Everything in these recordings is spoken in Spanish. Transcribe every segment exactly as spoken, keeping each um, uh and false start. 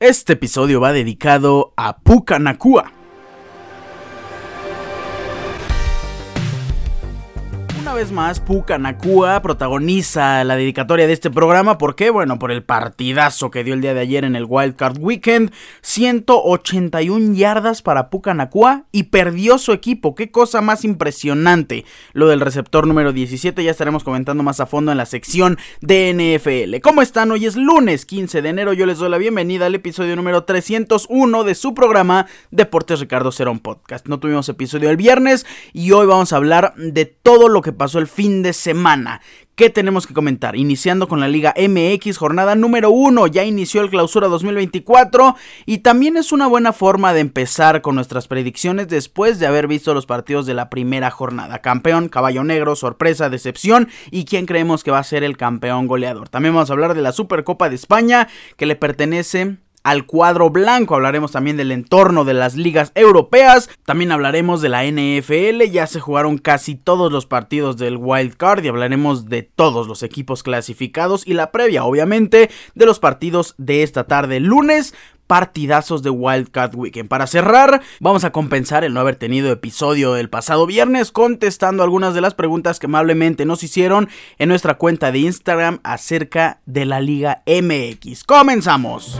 Este episodio va dedicado a Puka Nacua. Una vez más, Puka Nacua protagoniza la dedicatoria de este programa. ¿Por qué? Bueno, por el partidazo que dio el día de ayer en el Wild Card Weekend. ciento ochenta y una yardas para Puka Nacua y perdió su equipo. Qué cosa más impresionante lo del receptor número diecisiete. Ya estaremos comentando más a fondo en la sección de N F L. ¿Cómo están? Hoy es lunes quince de enero. Yo les doy la bienvenida al episodio número trescientos uno de su programa Deportes Ricardo Cerón Podcast. No tuvimos episodio el viernes y hoy vamos a hablar de todo lo que pasó el fin de semana. ¿Qué tenemos que comentar? Iniciando con la Liga M X, jornada número uno. Ya inició el Clausura dos mil veinticuatro y también es una buena forma de empezar con nuestras predicciones después de haber visto los partidos de la primera jornada. Campeón, caballo negro, sorpresa, decepción y quién creemos que va a ser el campeón goleador. También vamos a hablar de la Supercopa de España, que le pertenece al cuadro blanco. Hablaremos también del entorno de las ligas europeas. También hablaremos de la N F L. Ya se jugaron casi todos los partidos del Wild Card y hablaremos de todos los equipos clasificados y la previa, obviamente, de los partidos de esta tarde lunes. Partidazos de Wild Card Weekend. Para cerrar, vamos a compensar el no haber tenido episodio el pasado viernes contestando algunas de las preguntas que amablemente nos hicieron en nuestra cuenta de Instagram acerca de la Liga M X. ¡Comenzamos!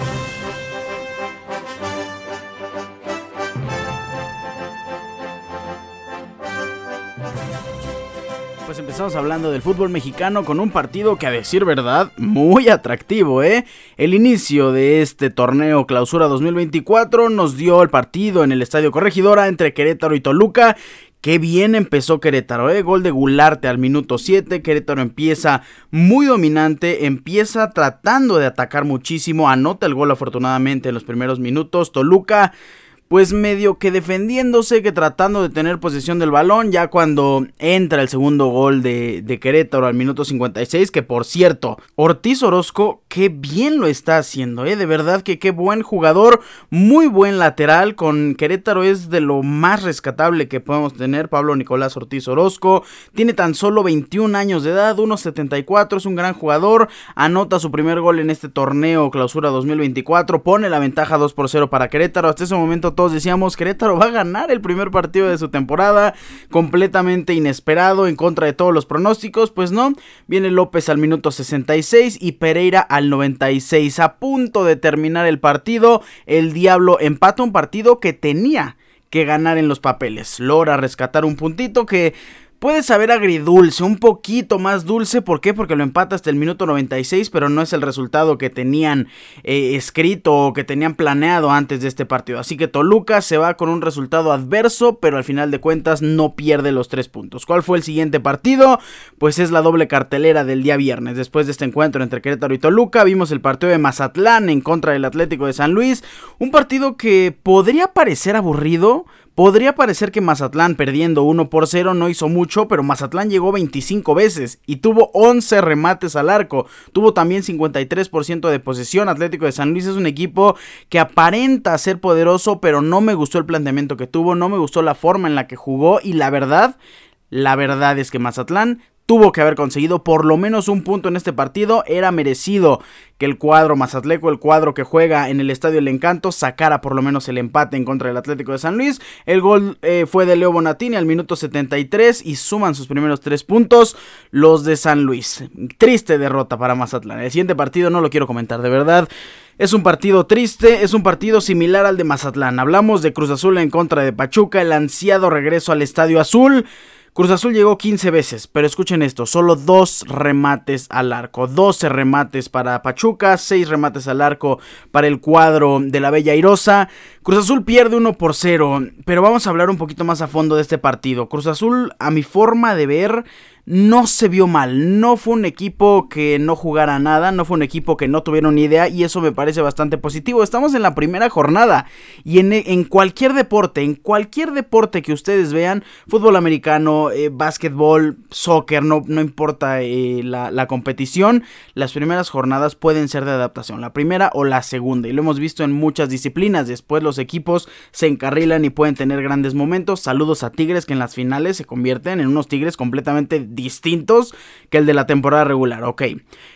Pues empezamos hablando del fútbol mexicano con un partido que, a decir verdad, muy atractivo, ¿eh? El inicio de este torneo Clausura dos mil veinticuatro nos dio el partido en el Estadio Corregidora entre Querétaro y Toluca. Qué bien empezó Querétaro, ¿eh? Gol de Gularte al minuto siete. Querétaro empieza muy dominante, empieza tratando de atacar muchísimo, anota el gol afortunadamente en los primeros minutos. Toluca, pues medio que defendiéndose, que tratando de tener posesión del balón, ya cuando entra el segundo gol de, de Querétaro al minuto cincuenta y seis, que por cierto, Ortiz Orozco, qué bien lo está haciendo, ¿eh? De verdad que qué buen jugador, muy buen lateral, con Querétaro es de lo más rescatable que podemos tener. Pablo Nicolás Ortiz Orozco, tiene tan solo veintiún años de edad, uno setenta y cuatro, es un gran jugador, anota su primer gol en este torneo Clausura dos mil veinticuatro, pone la ventaja dos por cero para Querétaro. Hasta ese momento todos decíamos, Querétaro va a ganar el primer partido de su temporada, completamente inesperado, en contra de todos los pronósticos. Pues no, viene López al minuto sesenta y seis y Pereira al noventa y seis, a punto de terminar el partido, el Diablo empata un partido que tenía que ganar en los papeles, logra rescatar un puntito que puede saber agridulce, un poquito más dulce. ¿Por qué? Porque lo empata hasta el minuto noventa y seis, pero no es el resultado que tenían eh, escrito o que tenían planeado antes de este partido. Así que Toluca se va con un resultado adverso, pero al final de cuentas no pierde los tres puntos. ¿Cuál fue el siguiente partido? Pues es la doble cartelera del día viernes. Después de este encuentro entre Querétaro y Toluca, vimos el partido de Mazatlán en contra del Atlético de San Luis. Un partido que podría parecer aburrido. Podría parecer que Mazatlán, perdiendo uno por cero, no hizo mucho, pero Mazatlán llegó veinticinco veces y tuvo once remates al arco. Tuvo también cincuenta y tres por ciento de posesión. Atlético de San Luis es un equipo que aparenta ser poderoso, pero no me gustó el planteamiento que tuvo, no me gustó la forma en la que jugó y la verdad, la verdad es que Mazatlán tuvo que haber conseguido por lo menos un punto en este partido. Era merecido que el cuadro mazatleco, el cuadro que juega en el Estadio El Encanto, sacara por lo menos el empate en contra del Atlético de San Luis. El gol eh, fue de Leo Bonatini al minuto setenta y tres y suman sus primeros tres puntos los de San Luis. Triste derrota para Mazatlán. El siguiente partido no lo quiero comentar, de verdad. Es un partido triste, es un partido similar al de Mazatlán. Hablamos de Cruz Azul en contra de Pachuca, el ansiado regreso al Estadio Azul. Cruz Azul llegó quince veces, pero escuchen esto, solo dos remates al arco, doce remates para Pachuca, seis remates al arco para el cuadro de la Bella Airosa. Cruz Azul pierde uno por cero, pero vamos a hablar un poquito más a fondo de este partido. Cruz Azul, a mi forma de ver, no se vio mal, no fue un equipo que no jugara nada, no fue un equipo que no tuviera una idea y eso me parece bastante positivo. Estamos en la primera jornada y en, en cualquier deporte, en cualquier deporte que ustedes vean, fútbol americano, eh, básquetbol, soccer, no, no importa eh, la, la competición, las primeras jornadas pueden ser de adaptación, la primera o la segunda, y lo hemos visto en muchas disciplinas. Después los equipos se encarrilan y pueden tener grandes momentos. Saludos a Tigres, que en las finales se convierten en unos Tigres completamente distintos que el de la temporada regular. Ok,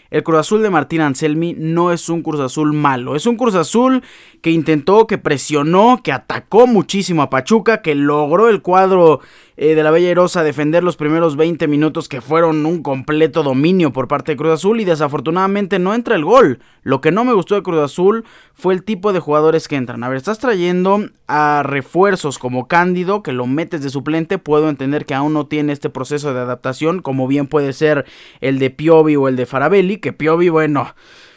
el Cruz Azul de Martín Anselmi no es un Cruz Azul malo, es un Cruz Azul que intentó, que presionó, que atacó muchísimo a Pachuca, que logró el cuadro eh, de la Bella Airosa defender los primeros veinte minutos, que fueron un completo dominio por parte de Cruz Azul, y desafortunadamente no entra el gol. Lo que no me gustó de Cruz Azul fue el tipo de jugadores que entran. A ver, estás trayendo a refuerzos como Cándido, que lo metes de suplente, puedo entender que aún no tiene este proceso de adaptación, como bien puede ser el de Piovi o el de Faravelli, que Piovi, bueno,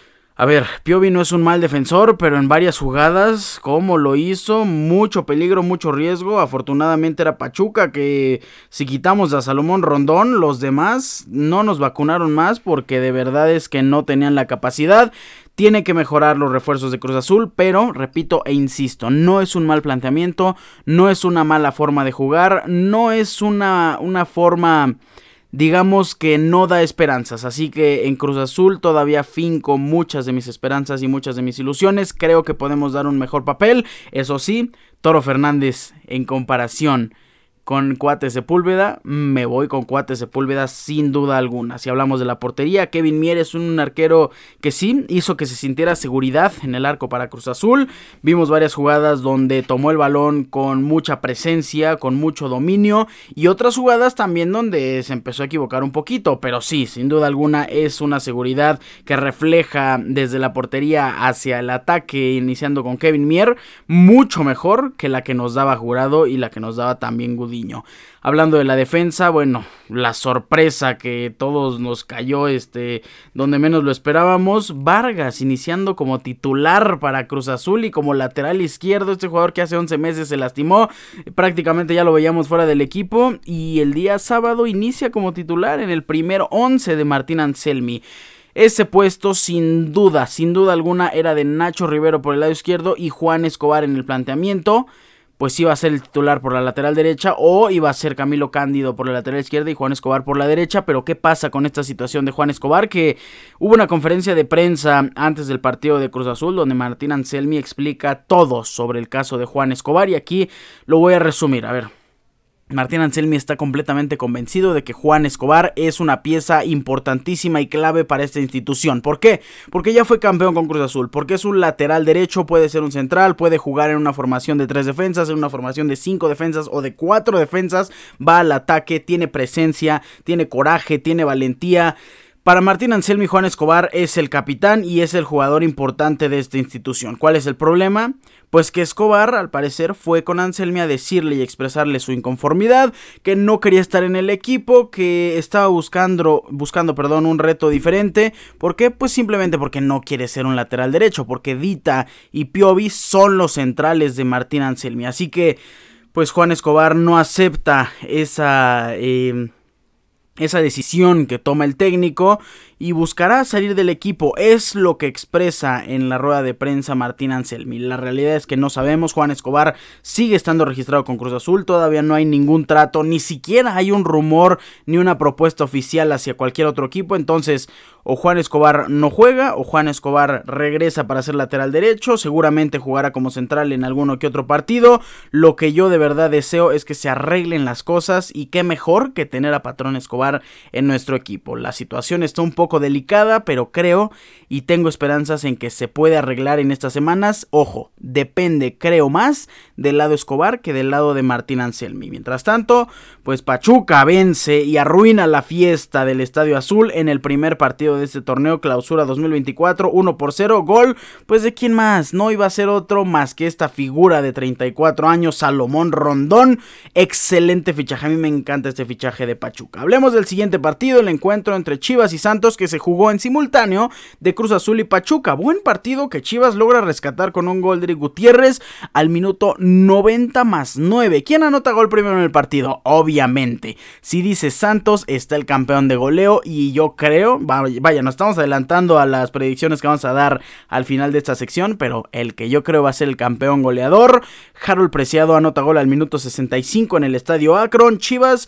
a ver, Piovi no es un mal defensor, pero en varias jugadas, como lo hizo, mucho peligro, mucho riesgo. Afortunadamente era Pachuca, que si quitamos a Salomón Rondón, los demás no nos vacunaron más, porque de verdad es que no tenían la capacidad. Tiene que mejorar los refuerzos de Cruz Azul, pero repito e insisto, no es un mal planteamiento, no es una mala forma de jugar, no es una, una forma, digamos, que no da esperanzas. Así que en Cruz Azul todavía finco muchas de mis esperanzas y muchas de mis ilusiones. Creo que podemos dar un mejor papel. Eso sí, Toro Fernández en comparación con Cuate Sepúlveda, me voy con Cuate Sepúlveda sin duda alguna. Si hablamos de la portería, Kevin Mier es un arquero que sí hizo que se sintiera seguridad en el arco para Cruz Azul. Vimos varias jugadas donde tomó el balón con mucha presencia, con mucho dominio, y otras jugadas también donde se empezó a equivocar un poquito, pero sí, sin duda alguna es una seguridad que refleja desde la portería hacia el ataque, iniciando con Kevin Mier, mucho mejor que la que nos daba Jurado y la que nos daba también Gudiño. Hablando de la defensa, bueno, la sorpresa que todos nos cayó, este, donde menos lo esperábamos, Vargas iniciando como titular para Cruz Azul y como lateral izquierdo, este jugador que hace once meses se lastimó, prácticamente ya lo veíamos fuera del equipo, y el día sábado inicia como titular en el primer once de Martín Anselmi. Ese puesto sin duda, sin duda alguna era de Nacho Rivero por el lado izquierdo y Juan Escobar en el planteamiento. Pues iba a ser el titular por la lateral derecha o iba a ser Camilo Cándido por la lateral izquierda y Juan Escobar por la derecha. Pero ¿qué pasa con esta situación de Juan Escobar? Que hubo una conferencia de prensa antes del partido de Cruz Azul donde Martín Anselmi explica todo sobre el caso de Juan Escobar, y aquí lo voy a resumir. A ver, Martín Anselmi está completamente convencido de que Juan Escobar es una pieza importantísima y clave para esta institución. ¿Por qué? Porque ya fue campeón con Cruz Azul, porque es un lateral derecho, puede ser un central, puede jugar en una formación de tres defensas, en una formación de cinco defensas o de cuatro defensas, va al ataque, tiene presencia, tiene coraje, tiene valentía. Para Martín Anselmi, Juan Escobar es el capitán y es el jugador importante de esta institución. ¿Cuál es el problema? Pues que Escobar, al parecer, fue con Anselmi a decirle y expresarle su inconformidad, que no quería estar en el equipo, que estaba buscando, buscando perdón, un reto diferente. ¿Por qué? Pues simplemente porque no quiere ser un lateral derecho, porque Dita y Piovi son los centrales de Martín Anselmi. Así que, pues Juan Escobar no acepta esa... Eh, esa decisión que toma el técnico y buscará salir del equipo. Es lo que expresa en la rueda de prensa Martín Anselmi. La realidad es que no sabemos. Juan Escobar sigue estando registrado con Cruz Azul, todavía no hay ningún trato, ni siquiera hay un rumor ni una propuesta oficial hacia cualquier otro equipo. Entonces, o Juan Escobar no juega o Juan Escobar regresa para ser lateral derecho, seguramente jugará como central en alguno que otro partido. Lo que yo de verdad deseo es que se arreglen las cosas, y qué mejor que tener a Patrón Escobar en nuestro equipo. La situación está un poco delicada, pero creo y tengo esperanzas en que se puede arreglar en estas semanas. Ojo, depende, creo, más del lado Escobar que del lado de Martín Anselmi. Mientras tanto, pues Pachuca vence y arruina la fiesta del Estadio Azul en el primer partido de este torneo Clausura dos mil veinticuatro, uno por cero, gol, pues de quién más, no iba a ser otro más que esta figura de treinta y cuatro años, Salomón Rondón. Excelente fichaje, a mí me encanta este fichaje de Pachuca. Hablemos del siguiente partido, el encuentro entre Chivas y Santos, que se jugó en simultáneo de Cruz Azul y Pachuca. Buen partido que Chivas logra rescatar con un gol de Eric Gutiérrez al minuto noventa más nueve. ¿Quién anota gol primero en el partido? Obviamente, si dice Santos, está el campeón de goleo, y yo creo, vaya, nos estamos adelantando a las predicciones que vamos a dar al final de esta sección, pero el que yo creo va a ser el campeón goleador, Harold Preciado anota gol al minuto sesenta y cinco en el Estadio Akron. Chivas,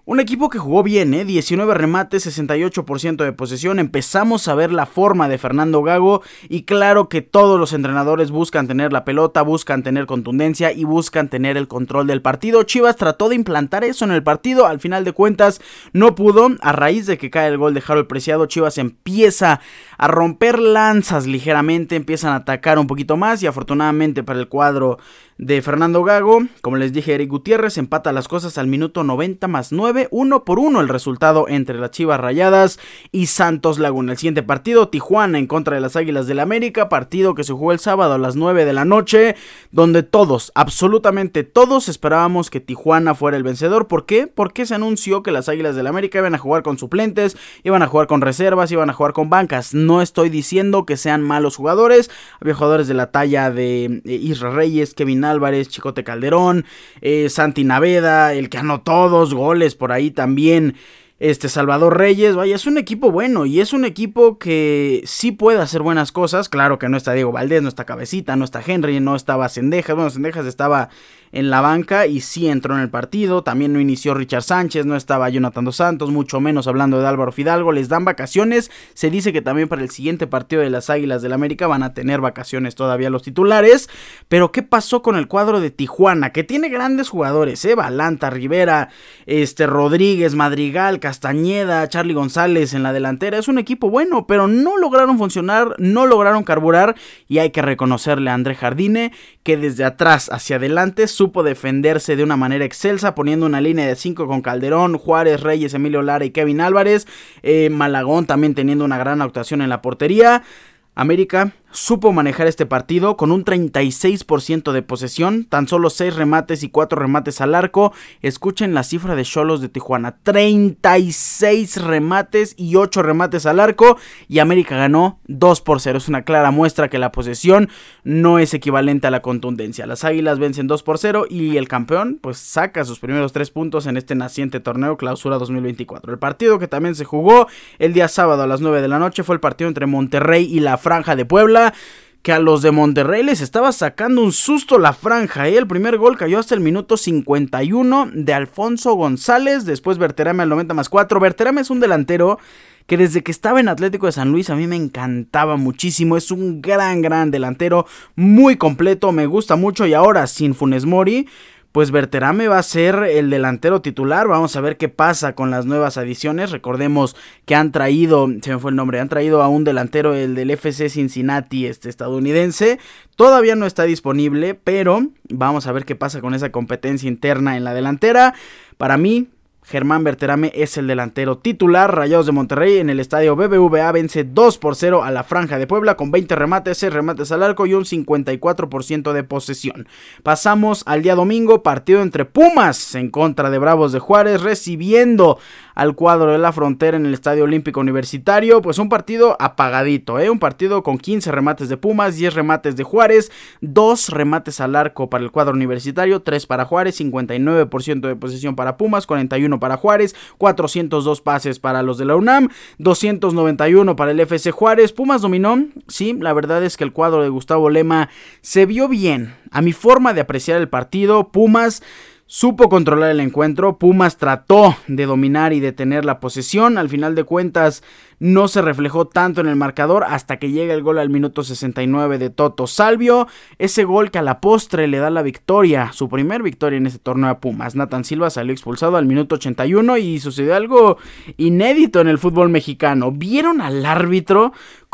Un equipo que jugó bien, ¿eh? diecinueve remates, sesenta y ocho por ciento de posesión. Empezamos a ver la forma de Fernando Gago y claro que todos los entrenadores buscan tener la pelota, buscan tener contundencia y buscan tener el control del partido. Chivas trató de implantar eso en el partido, al final de cuentas no pudo. A raíz de que cae el gol de Harold Preciado, Chivas empieza a romper lanzas ligeramente, empiezan a atacar un poquito más y afortunadamente para el cuadro de Fernando Gago, como les dije, Eric Gutiérrez empata las cosas al minuto noventa más nueve, uno por uno el resultado entre las Chivas Rayadas y Santos Laguna. El siguiente partido, Tijuana en contra de las Águilas del América, partido que se jugó el sábado a las nueve de la noche, donde todos, absolutamente todos esperábamos que Tijuana fuera el vencedor. ¿Por qué? Porque se anunció que las Águilas del América iban a jugar con suplentes, iban a jugar con reservas, iban a jugar con bancas. No estoy diciendo que sean malos jugadores, había jugadores de la talla de Isra Reyes, Kevin Álvarez, Chicote Calderón, eh, Santi Naveda, el que anotó dos goles por ahí también, este Salvador Reyes. Vaya, es un equipo bueno y es un equipo que sí puede hacer buenas cosas. Claro que no está Diego Valdés, no está Cabecita, no está Henry, no estaba Cendejas. Bueno, Cendejas estaba en la banca y sí entró en el partido. También no inició Richard Sánchez, no estaba Jonathan Dos Santos, mucho menos hablando de Álvaro Fidalgo. Les dan vacaciones. Se dice que también para el siguiente partido de las Águilas del América van a tener vacaciones todavía los titulares. Pero ¿qué pasó con el cuadro de Tijuana? Que tiene grandes jugadores, ¿eh? Balanta, Rivera, este Rodríguez, Madrigal, Castañeda, Charly González en la delantera. Es un equipo bueno, pero no lograron funcionar, no lograron carburar y hay que reconocerle a André Jardine que desde atrás hacia adelante supo defenderse de una manera excelsa, poniendo una línea de cinco con Calderón, Juárez, Reyes, Emilio Lara y Kevin Álvarez, eh, Malagón también teniendo una gran actuación en la portería. América supo manejar este partido con un treinta y seis por ciento de posesión, tan solo seis remates y cuatro remates al arco. Escuchen la cifra de Xolos de Tijuana, treinta y seis remates y ocho remates al arco, y América ganó dos por cero. Es una clara muestra que la posesión no es equivalente a la contundencia. Las Águilas vencen dos por cero y el campeón pues saca sus primeros tres puntos en este naciente torneo Clausura dos mil veinticuatro. El partido que también se jugó el día sábado a las nueve de la noche fue el partido entre Monterrey y la Franja de Puebla, que a los de Monterrey les estaba sacando un susto la Franja, ¿eh? El primer gol cayó hasta el minuto cincuenta y uno de Alfonso González, después Berterame al noventa más cuatro. Berterame es un delantero que desde que estaba en Atlético de San Luis a mí me encantaba muchísimo. Es un gran, gran delantero, muy completo, me gusta mucho, y ahora sin Funes Mori, pues Berterame va a ser el delantero titular. Vamos a ver qué pasa con las nuevas adiciones. Recordemos que han traído, se me fue el nombre, han traído a un delantero, el del F C Cincinnati, este estadounidense. Todavía no está disponible, pero vamos a ver qué pasa con esa competencia interna en la delantera. Para mí, Germán Berterame es el delantero titular. Rayados de Monterrey en el estadio B B V A vence dos por cero a la Franja de Puebla con veinte remates, seis remates al arco y un cincuenta y cuatro por ciento de posesión. Pasamos al día domingo, partido entre Pumas en contra de Bravos de Juárez, recibiendo al cuadro de la Frontera en el Estadio Olímpico Universitario. Pues un partido apagadito, ¿eh? Un partido con quince remates de Pumas, diez remates de Juárez, dos remates al arco para el cuadro universitario, tres para Juárez, cincuenta y nueve por ciento de posesión para Pumas, cuarenta y uno para Juárez, cuatrocientos dos pases para los de la UNAM, doscientos noventa y uno para el F C Juárez. Pumas dominó, sí, la verdad es que el cuadro de Gustavo Lema se vio bien. A mi forma de apreciar el partido, Pumas supo controlar el encuentro, Pumas trató de dominar y de tener la posesión. Al final de cuentas no se reflejó tanto en el marcador hasta que llega el gol al minuto sesenta y nueve de Toto Salvio, ese gol que a la postre le da la victoria, su primer victoria en este torneo a Pumas. Nathan Silva salió expulsado al minuto ochenta y uno y sucedió algo inédito en el fútbol mexicano. ¿Vieron al árbitro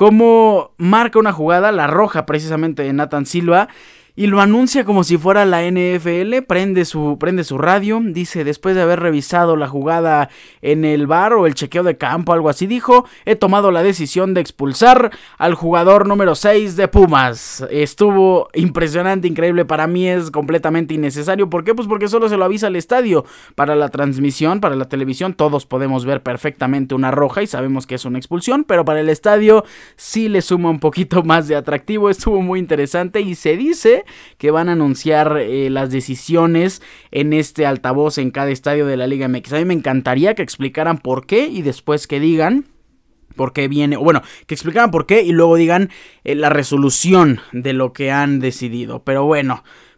cómo marca una jugada, la roja precisamente de Nathan Silva, y lo anuncia como si fuera la N F L? Prende su, prende su radio, dice, después de haber revisado la jugada en el V A R o el chequeo de campo, algo así dijo, he tomado la decisión de expulsar al jugador número seis de Pumas. Estuvo impresionante, increíble, para mí es completamente innecesario. ¿Por qué? Pues porque solo se lo avisa al estadio. Para la transmisión, para la televisión, todos podemos ver perfectamente una roja y sabemos que es una expulsión, pero para el estadio sí le suma un poquito más de atractivo. Estuvo muy interesante y se dice que van a anunciar eh, las decisiones en este altavoz en cada estadio de la Liga M X. A mí me encantaría que explicaran por qué y después que digan por qué viene, o bueno, que explicaran por qué y luego digan eh, la resolución de lo que han decidido. Pero bueno,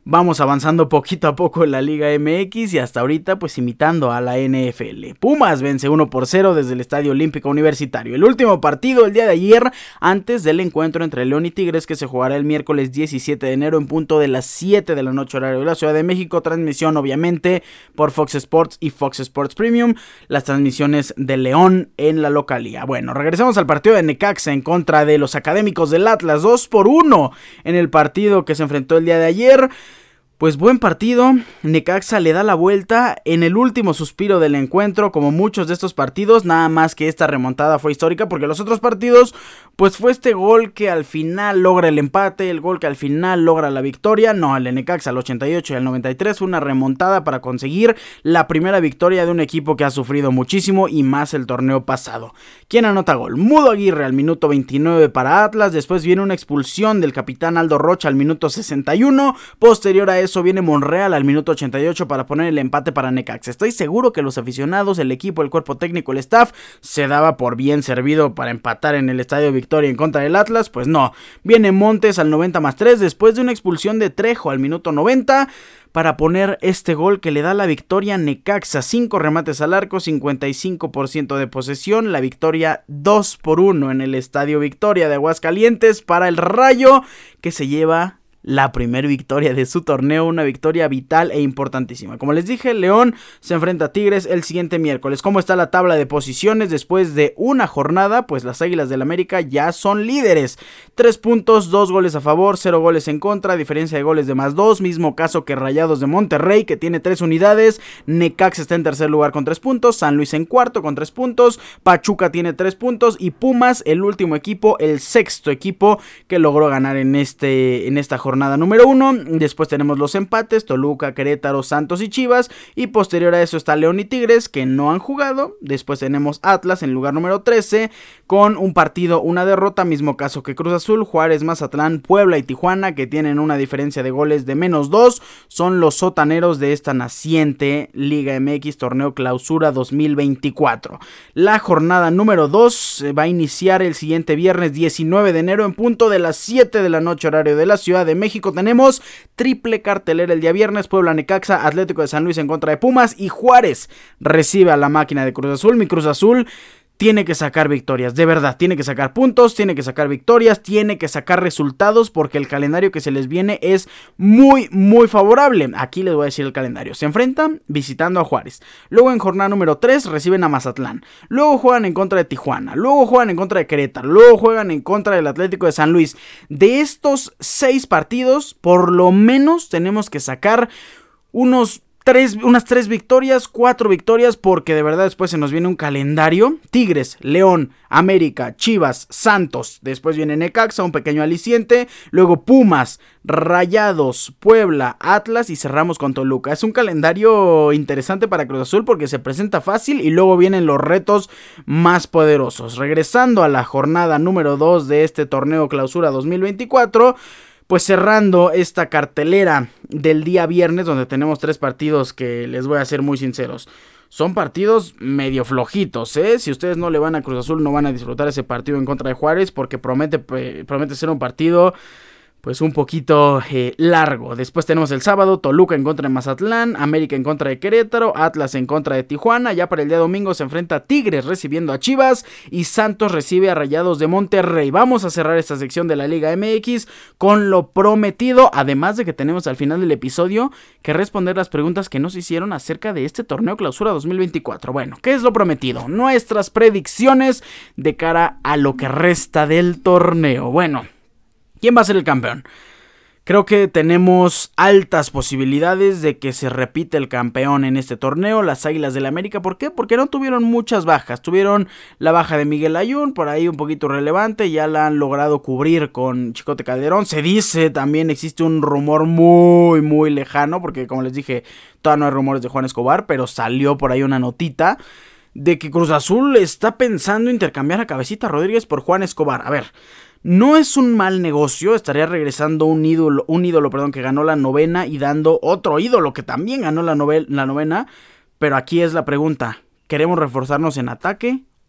vamos avanzando poquito a poco en la Liga M X y hasta ahorita pues imitando a la N F L. Pumas vence uno por cero desde el Estadio Olímpico Universitario. El último partido el día de ayer antes del encuentro entre León y Tigres que se jugará el miércoles diecisiete de enero en punto de las siete de la noche horario de la Ciudad de México. Transmisión obviamente por Fox Sports y Fox Sports Premium. Las transmisiones de León en la localía. Bueno, regresamos al partido de Necaxa en contra de los Académicos del Atlas. dos por uno en el partido que se enfrentó el día de ayer. Pues buen partido, Necaxa le da la vuelta en el último suspiro del encuentro, como muchos de estos partidos, nada más que esta remontada fue histórica, porque los otros partidos, pues fue este gol que al final logra el empate, el gol que al final logra la victoria. No, el de Necaxa al ochenta y ocho y al noventa y tres fue una remontada para conseguir la primera victoria de un equipo que ha sufrido muchísimo y más el torneo pasado. ¿Quién anota gol? Mudo Aguirre al minuto veintinueve para Atlas, después viene una expulsión del capitán Aldo Rocha al minuto sesenta y uno, posterior a eso viene Monreal al minuto ochenta y ocho para poner el empate para Necaxa. Estoy seguro que los aficionados, el equipo, el cuerpo técnico, el staff se daba por bien servido para empatar en el Estadio Victoria en contra del Atlas. Pues no, viene Montes al noventa más tres después de una expulsión de Trejo al minuto noventa para poner este gol que le da la victoria a Necaxa. cinco remates al arco, cincuenta y cinco por ciento de posesión, la victoria dos por uno en el Estadio Victoria de Aguascalientes para el Rayo, que se lleva la primera victoria de su torneo, una victoria vital e importantísima. Como les dije, León se enfrenta a Tigres el siguiente miércoles. ¿Cómo está la tabla de posiciones? Después de una jornada, pues las Águilas del América ya son líderes. Tres puntos, dos goles a favor, cero goles en contra, diferencia de goles de más dos, mismo caso que Rayados de Monterrey, que tiene tres unidades. Necaxa está en tercer lugar con tres puntos, San Luis en cuarto con tres puntos, Pachuca tiene tres puntos y Pumas, el último equipo, el sexto equipo que logró ganar en, este, en esta jornada. Jornada número uno, después tenemos los empates, Toluca, Querétaro, Santos y Chivas, y posterior a eso está León y Tigres que no han jugado. Después tenemos Atlas en lugar número trece con un partido, una derrota, mismo caso que Cruz Azul, Juárez, Mazatlán, Puebla y Tijuana, que tienen una diferencia de goles de menos dos, son los sotaneros de esta naciente Liga M X Torneo Clausura dos mil veinticuatro. La jornada número dos va a iniciar el siguiente viernes diecinueve de enero en punto de las siete de la noche horario de la Ciudad de México. México tenemos triple cartelera el día viernes, Puebla Necaxa, Atlético de San Luis en contra de Pumas y Juárez recibe a la máquina de Cruz Azul. Mi Cruz Azul tiene que sacar victorias, de verdad, tiene que sacar puntos, tiene que sacar victorias, tiene que sacar resultados porque el calendario que se les viene es muy, muy favorable. Aquí les voy a decir el calendario. Se enfrentan visitando a Juárez, luego en jornada número tres reciben a Mazatlán, luego juegan en contra de Tijuana, luego juegan en contra de Querétaro, luego juegan en contra del Atlético de San Luis. De estos seis partidos, por lo menos tenemos que sacar unos Tres, unas tres victorias, cuatro victorias, porque de verdad después se nos viene un calendario. Tigres, León, América, Chivas, Santos, después viene Necaxa, un pequeño aliciente, luego Pumas, Rayados, Puebla, Atlas y cerramos con Toluca. Es un calendario interesante para Cruz Azul porque se presenta fácil y luego vienen los retos más poderosos. Regresando a la jornada número dos de este torneo Clausura dos mil veinticuatro, pues cerrando esta cartelera del día viernes, donde tenemos tres partidos que les voy a ser muy sinceros, son partidos medio flojitos, ¿eh? Si ustedes no le van a Cruz Azul, no van a disfrutar ese partido en contra de Juárez, porque promete, promete ser un partido pues un poquito eh, largo. Después tenemos el sábado, Toluca en contra de Mazatlán, América en contra de Querétaro, Atlas en contra de Tijuana. Ya para el día domingo se enfrenta Tigres recibiendo a Chivas y Santos recibe a Rayados de Monterrey. Vamos a cerrar esta sección de la Liga M X con lo prometido, además de que tenemos al final del episodio que responder las preguntas que nos hicieron acerca de este torneo Clausura dos mil veinticuatro. Bueno, ¿qué es lo prometido? Nuestras predicciones de cara a lo que resta del torneo. Bueno, ¿quién va a ser el campeón? Creo que tenemos altas posibilidades de que se repita el campeón en este torneo, las Águilas del América. ¿Por qué? Porque no tuvieron muchas bajas. Tuvieron la baja de Miguel Layún, por ahí un poquito relevante, ya la han logrado cubrir con Chicote Calderón. Se dice, también existe un rumor muy, muy lejano, porque como les dije, todavía no hay rumores de Juan Escobar, pero salió por ahí una notita de que Cruz Azul está pensando intercambiar a Cabecita Rodríguez por Juan Escobar. A ver, no es un mal negocio, estaría regresando un ídolo, un ídolo perdón, que ganó la novena y dando otro ídolo que también ganó la, novel, la novena, pero aquí es la pregunta, ¿queremos reforzarnos en ataque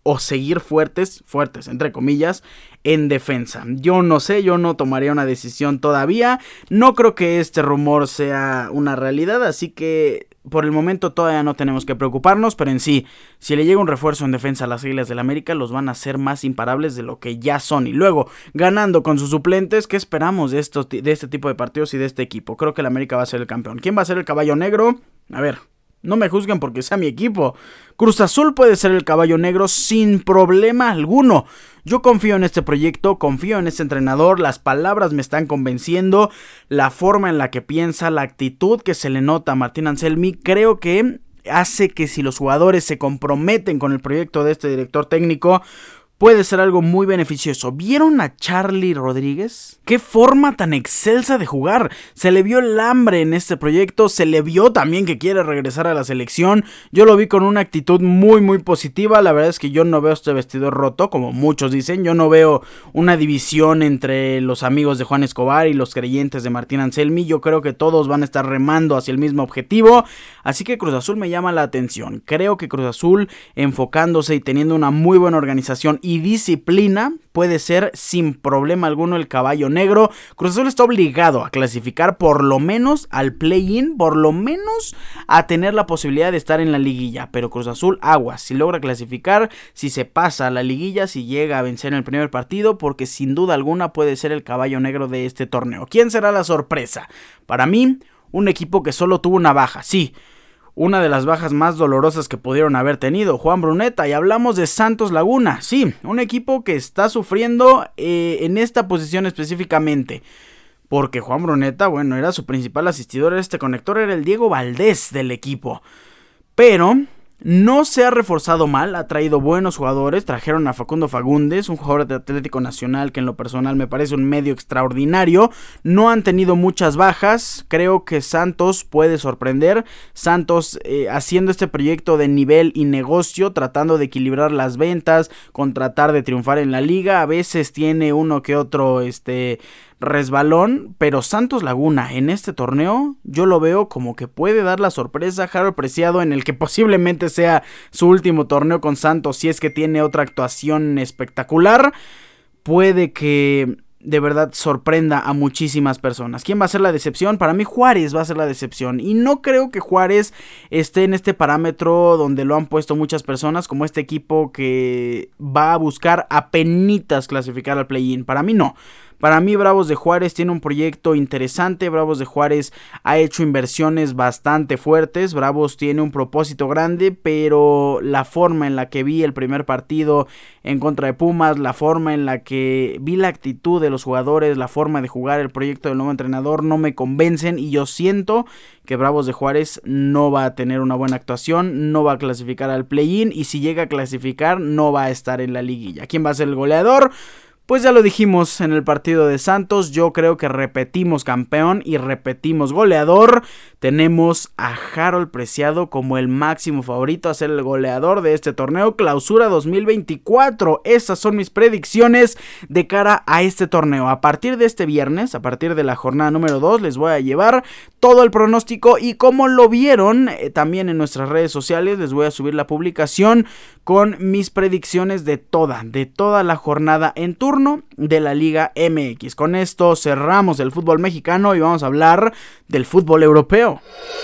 o seguir fuertes, fuertes entre comillas, en defensa. Yo no sé, yo no tomaría una decisión todavía, no creo que este rumor sea una realidad, así que por el momento todavía no tenemos que preocuparnos, pero en sí, si le llega un refuerzo en defensa a las Águilas del América, los van a hacer más imparables de lo que ya son. Y luego, ganando con sus suplentes, ¿qué esperamos de, estos, de este tipo de partidos y de este equipo? Creo que el América va a ser el campeón. ¿Quién va a ser el caballo negro? A ver, no me juzguen porque sea mi equipo. Cruz Azul puede ser el caballo negro sin problema alguno. Yo confío en este proyecto, confío en este entrenador, las palabras me están convenciendo, la forma en la que piensa, la actitud que se le nota a Martín Anselmi, creo que hace que si los jugadores se comprometen con el proyecto de este director técnico, puede ser algo muy beneficioso. ¿Vieron a Charlie Rodríguez? ¡Qué forma tan excelsa de jugar! Se le vio el hambre en este proyecto, se le vio también que quiere regresar a la selección. Yo lo vi con una actitud muy muy positiva. La verdad es que yo no veo este vestidor roto, como muchos dicen. Yo no veo una división entre los amigos de Juan Escobar y los creyentes de Martín Anselmi. Yo creo que todos van a estar remando hacia el mismo objetivo. Así que Cruz Azul me llama la atención. Creo que Cruz Azul, enfocándose y teniendo una muy buena organización y disciplina, puede ser sin problema alguno el caballo negro. Cruz Azul está obligado a clasificar por lo menos al play-in, por lo menos a tener la posibilidad de estar en la liguilla, pero Cruz Azul aguas, si logra clasificar, si se pasa a la liguilla, si llega a vencer en el primer partido, porque sin duda alguna puede ser el caballo negro de este torneo. ¿Quién será la sorpresa? Para mí, un equipo que solo tuvo una baja, sí, una de las bajas más dolorosas que pudieron haber tenido, Juan Bruneta, y hablamos de Santos Laguna, sí, un equipo que está sufriendo eh, en esta posición específicamente, porque Juan Bruneta, bueno, era su principal asistidor, este conector era el Diego Valdés del equipo, pero no se ha reforzado mal, ha traído buenos jugadores, trajeron a Facundo Fagundes, un jugador de Atlético Nacional que en lo personal me parece un medio extraordinario, no han tenido muchas bajas, creo que Santos puede sorprender, Santos eh, haciendo este proyecto de nivel y negocio, tratando de equilibrar las ventas, con tratar de triunfar en la liga, a veces tiene uno que otro este resbalón, pero Santos Laguna en este torneo yo lo veo como que puede dar la sorpresa. Harold Preciado, en el que posiblemente sea su último torneo con Santos, si es que tiene otra actuación espectacular, puede que de verdad sorprenda a muchísimas personas. ¿Quién va a ser la decepción? Para mí Juárez va a ser la decepción, y no creo que Juárez esté en este parámetro donde lo han puesto muchas personas, como este equipo que va a buscar apenitas clasificar al play-in. Para mí no. Para mí Bravos de Juárez tiene un proyecto interesante, Bravos de Juárez ha hecho inversiones bastante fuertes, Bravos tiene un propósito grande, pero la forma en la que vi el primer partido en contra de Pumas, la forma en la que vi la actitud de los jugadores, la forma de jugar, el proyecto del nuevo entrenador no me convencen, y yo siento que Bravos de Juárez no va a tener una buena actuación, no va a clasificar al play-in, y si llega a clasificar no va a estar en la liguilla. ¿Quién va a ser el goleador? Pues ya lo dijimos en el partido de Santos, yo creo que repetimos campeón y repetimos goleador. Tenemos a Harold Preciado como el máximo favorito a ser el goleador de este torneo Clausura dos mil veinticuatro. Esas son mis predicciones de cara a este torneo. A partir de este viernes, a partir de la jornada número dos, les voy a llevar todo el pronóstico, y como lo vieron eh, también en nuestras redes sociales, les voy a subir la publicación con mis predicciones de toda, de toda la jornada en turno de la Liga M X. Con esto cerramos el fútbol mexicano y vamos a hablar del fútbol europeo.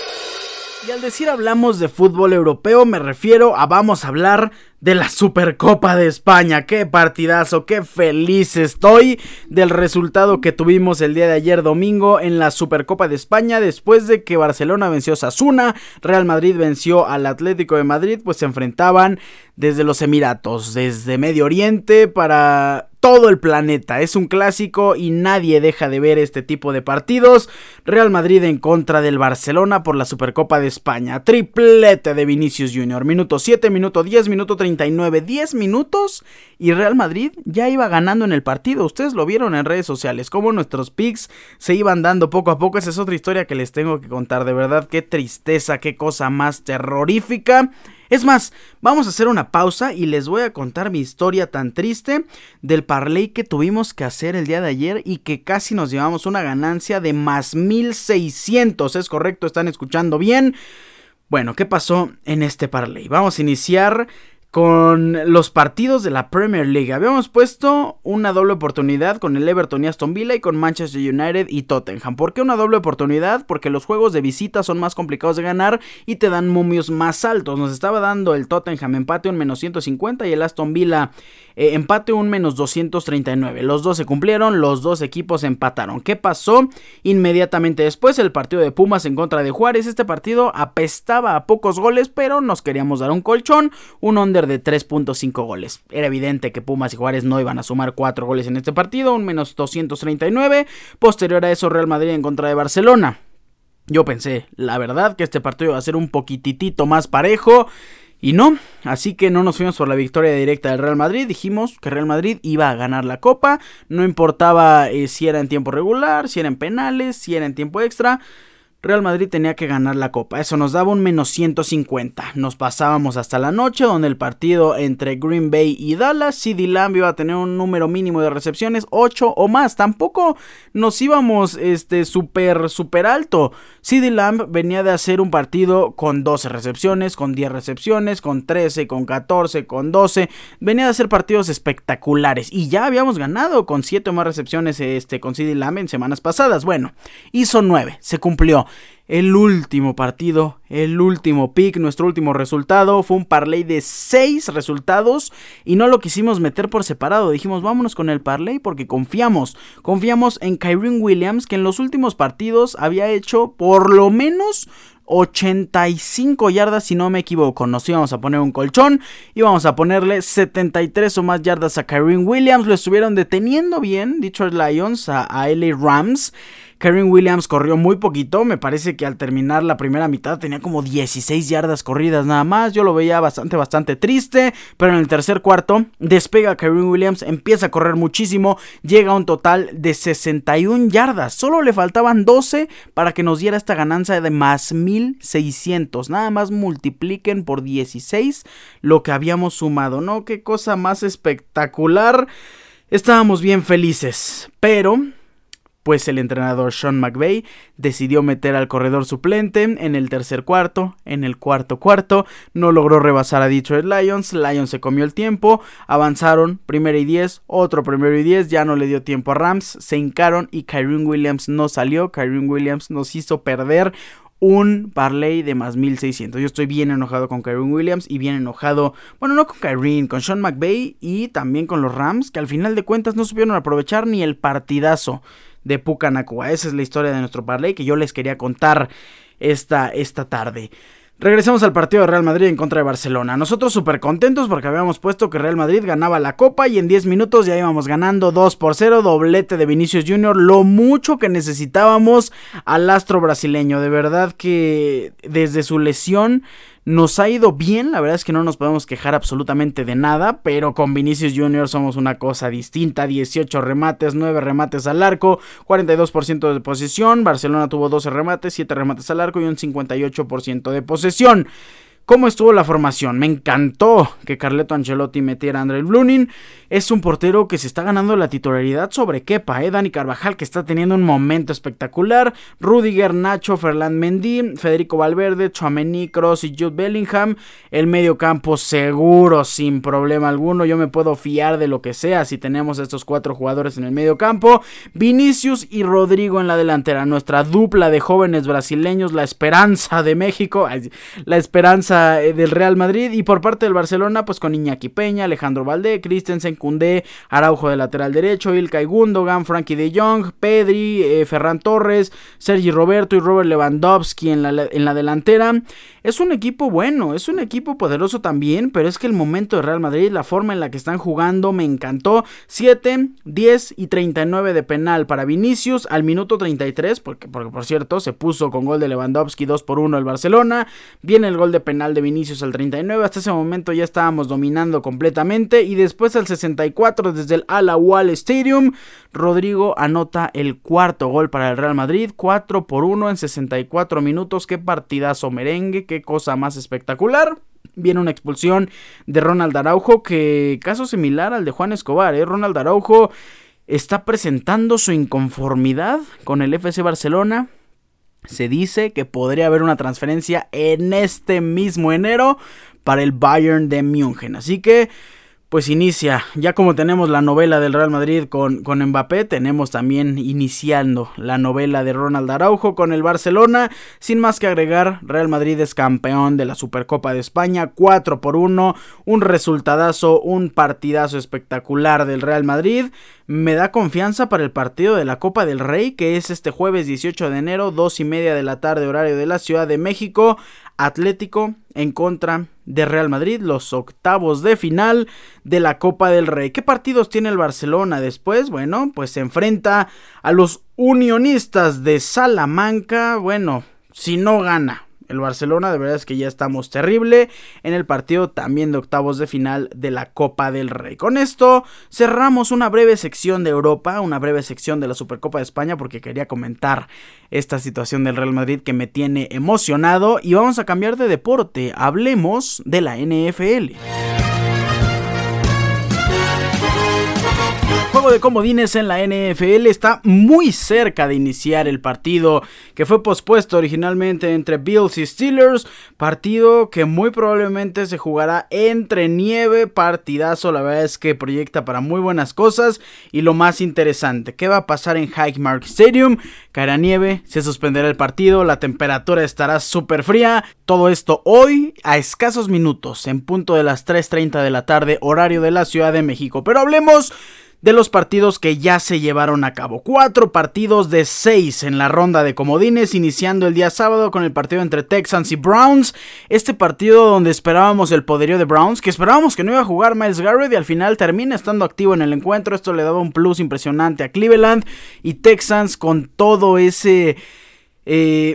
Y al decir hablamos de fútbol europeo me refiero a vamos a hablar de la Supercopa de España. ¡Qué partidazo! ¡Qué feliz estoy del resultado que tuvimos el día de ayer domingo en la Supercopa de España! Después de que Barcelona venció a Osasuna, Real Madrid venció al Atlético de Madrid, pues se enfrentaban desde los Emiratos, desde Medio Oriente para todo el planeta. Es un clásico y nadie deja de ver este tipo de partidos. Real Madrid en contra del Barcelona por la Supercopa de España. Triplete de Vinicius Junior. Minuto siete, minuto diez, minuto treinta y nueve. diez minutos y Real Madrid ya iba ganando en el partido. Ustedes lo vieron en redes sociales, cómo nuestros picks se iban dando poco a poco. Esa es otra historia que les tengo que contar. De verdad, qué tristeza, qué cosa más terrorífica. Es más, vamos a hacer una pausa y les voy a contar mi historia tan triste del parlay que tuvimos que hacer el día de ayer y que casi nos llevamos una ganancia de más mil seiscientos. ¿Es correcto? ¿Están escuchando bien? Bueno, ¿qué pasó en este parlay? Vamos a iniciar con los partidos de la Premier League. Habíamos puesto una doble oportunidad con el Everton y Aston Villa y con Manchester United y Tottenham. ¿Por qué una doble oportunidad? Porque los juegos de visita son más complicados de ganar y te dan momios más altos. Nos estaba dando el Tottenham empate un menos ciento cincuenta y el Aston Villa eh, empate un menos doscientos treinta y nueve. Los dos se cumplieron, los dos equipos empataron. ¿Qué pasó? Inmediatamente después el partido de Pumas en contra de Juárez. Este partido apestaba a pocos goles, pero nos queríamos dar un colchón, un under de tres punto cinco goles. Era evidente que Pumas y Juárez no iban a sumar cuatro goles en este partido, un menos doscientos treinta y nueve. Posterior a eso, Real Madrid en contra de Barcelona. Yo pensé, la verdad, que este partido iba a ser un poquitito más parejo, y no, así que no nos fuimos por la victoria directa del Real Madrid. Dijimos que Real Madrid iba a ganar la Copa, no importaba eh, si era en tiempo regular, si era en penales, si era en tiempo extra. Real Madrid tenía que ganar la Copa, eso nos daba un menos ciento cincuenta. Nos pasábamos hasta la noche, donde el partido entre Green Bay y Dallas, CeeDee Lamb iba a tener un número mínimo de recepciones, ocho o más. Tampoco nos íbamos este súper súper alto. CeeDee Lamb venía de hacer un partido con doce recepciones, con diez recepciones, con trece, con catorce, con doce. Venía de hacer partidos espectaculares y ya habíamos ganado con siete o más recepciones este, con CeeDee Lamb en semanas pasadas. Bueno, hizo nueve, se cumplió. El último partido, el último pick, nuestro último resultado fue un parlay de seis resultados y no lo quisimos meter por separado. Dijimos, vámonos con el parlay porque confiamos. Confiamos en Kyren Williams, que en los últimos partidos había hecho por lo menos ochenta y cinco yardas, si no me equivoco. Nos íbamos a poner un colchón, íbamos a ponerle setenta y tres o más yardas a Kyren Williams. Lo estuvieron deteniendo bien Detroit Lions a, a L A Rams. Kyren Williams corrió muy poquito, me parece que al terminar la primera mitad tenía como dieciséis yardas corridas nada más. Yo lo veía bastante, bastante triste, pero en el tercer cuarto despega Kyren Williams, empieza a correr muchísimo, llega a un total de sesenta y una yardas. Solo le faltaban doce para que nos diera esta ganancia de más mil seiscientos. Nada más multipliquen por dieciséis lo que habíamos sumado, ¿no? Qué cosa más espectacular. Estábamos bien felices, pero pues el entrenador Sean McVay decidió meter al corredor suplente en el tercer cuarto, en el cuarto cuarto, no logró rebasar a Detroit Lions, Lions se comió el tiempo, avanzaron, primero y diez, otro primero y diez, ya no le dio tiempo a Rams, se hincaron y Kyren Williams no salió. Kyren Williams nos hizo perder un parlay de más mil seiscientos. Yo estoy bien enojado con Kyren Williams y bien enojado, bueno, no con Kyren, con Sean McVay y también con los Rams, que al final de cuentas no supieron aprovechar ni el partidazo de Puka Nacua. Esa es la historia de nuestro parlay que yo les quería contar esta, esta tarde. Regresamos al partido de Real Madrid en contra de Barcelona. Nosotros súper contentos porque habíamos puesto que Real Madrid ganaba la Copa y en diez minutos ya íbamos ganando dos por cero, doblete de Vinicius Junior, lo mucho que necesitábamos al astro brasileño. De verdad que desde su lesión nos ha ido bien, la verdad es que no nos podemos quejar absolutamente de nada, pero con Vinicius Junior somos una cosa distinta. Dieciocho remates, nueve remates al arco, cuarenta y dos por ciento de posesión. Barcelona tuvo doce remates, siete remates al arco y un cincuenta y ocho por ciento de posesión. ¿Cómo estuvo la formación? Me encantó que Carleto Ancelotti metiera a Andrei Lunin. Es un portero que se está ganando la titularidad sobre Kepa, ¿eh? Dani Carvajal, que está teniendo un momento espectacular. Rudiger, Nacho, Ferland Mendy, Federico Valverde, Tchouaméni, Kroos y Jude Bellingham. El medio campo seguro, sin problema alguno. Yo me puedo fiar de lo que sea si tenemos a estos cuatro jugadores en el medio campo. Vinicius y Rodrigo en la delantera. Nuestra dupla de jóvenes brasileños, la esperanza de México, la esperanza del Real Madrid. Y por parte del Barcelona, pues con Iñaki Peña, Alejandro Valdé, Christensen, Koundé, Araujo de lateral derecho, Ilkay Gundogan, Frankie de Jong, Pedri, eh, Ferran Torres, Sergi Roberto y Robert Lewandowski en la, en la delantera. Es un equipo bueno, es un equipo poderoso también, pero es que el momento de Real Madrid, la forma en la que están jugando, me encantó. siete, diez y treinta y nueve de penal para Vinicius al minuto treinta y tres, porque, porque por cierto se puso con gol de Lewandowski dos por uno el Barcelona. Viene el gol de penal de Vinicius al treinta y nueve, hasta ese momento ya estábamos dominando completamente, y después al sesenta y cuatro desde el Al Ahly Stadium, Rodrigo anota el cuarto gol para el Real Madrid, cuatro por uno en sesenta y cuatro minutos. Qué partidazo merengue, qué cosa más espectacular. Viene una expulsión de Ronald Araujo, que caso similar al de Juan Escobar, ¿eh? Ronald Araujo está presentando su inconformidad con el F C Barcelona. Se dice que podría haber una transferencia en este mismo enero, para el Bayern de München. Así que pues inicia, ya como tenemos la novela del Real Madrid con, con Mbappé, tenemos también iniciando la novela de Ronald Araujo con el Barcelona. Sin más que agregar, Real Madrid es campeón de la Supercopa de España, cuatro por uno, un resultadazo, un partidazo espectacular del Real Madrid. Me da confianza para el partido de la Copa del Rey, que es este jueves dieciocho de enero, dos y media de la tarde, horario de la Ciudad de México. Atlético en contra de Real Madrid, los octavos de final de la Copa del Rey. ¿Qué partidos tiene el Barcelona después? Bueno, pues se enfrenta a los Unionistas de Salamanca. Bueno, si no gana el Barcelona, de verdad es que ya estamos terrible en el partido también de octavos de final de la Copa del Rey. Con esto cerramos una breve sección de Europa, una breve sección de la Supercopa de España, porque quería comentar esta situación del Real Madrid que me tiene emocionado. Y vamos a cambiar de deporte, hablemos de la N F L. Juego de comodines en la N F L, está muy cerca de iniciar el partido que fue pospuesto originalmente entre Bills y Steelers, partido que muy probablemente se jugará entre nieve, partidazo, la verdad es que proyecta para muy buenas cosas. Y lo más interesante, ¿qué va a pasar en Highmark Stadium? Caerá nieve, se suspenderá el partido, la temperatura estará súper fría, todo esto hoy a escasos minutos, en punto de las tres treinta de la tarde, horario de la Ciudad de México. Pero hablemos de los partidos que ya se llevaron a cabo. Cuatro partidos de seis en la ronda de comodines, iniciando el día sábado con el partido entre Texans y Browns. Este partido donde esperábamos el poderío de Browns, que esperábamos que no iba a jugar Myles Garrett y al final termina estando activo en el encuentro. Esto le daba un plus impresionante a Cleveland, y Texans con todo ese Eh,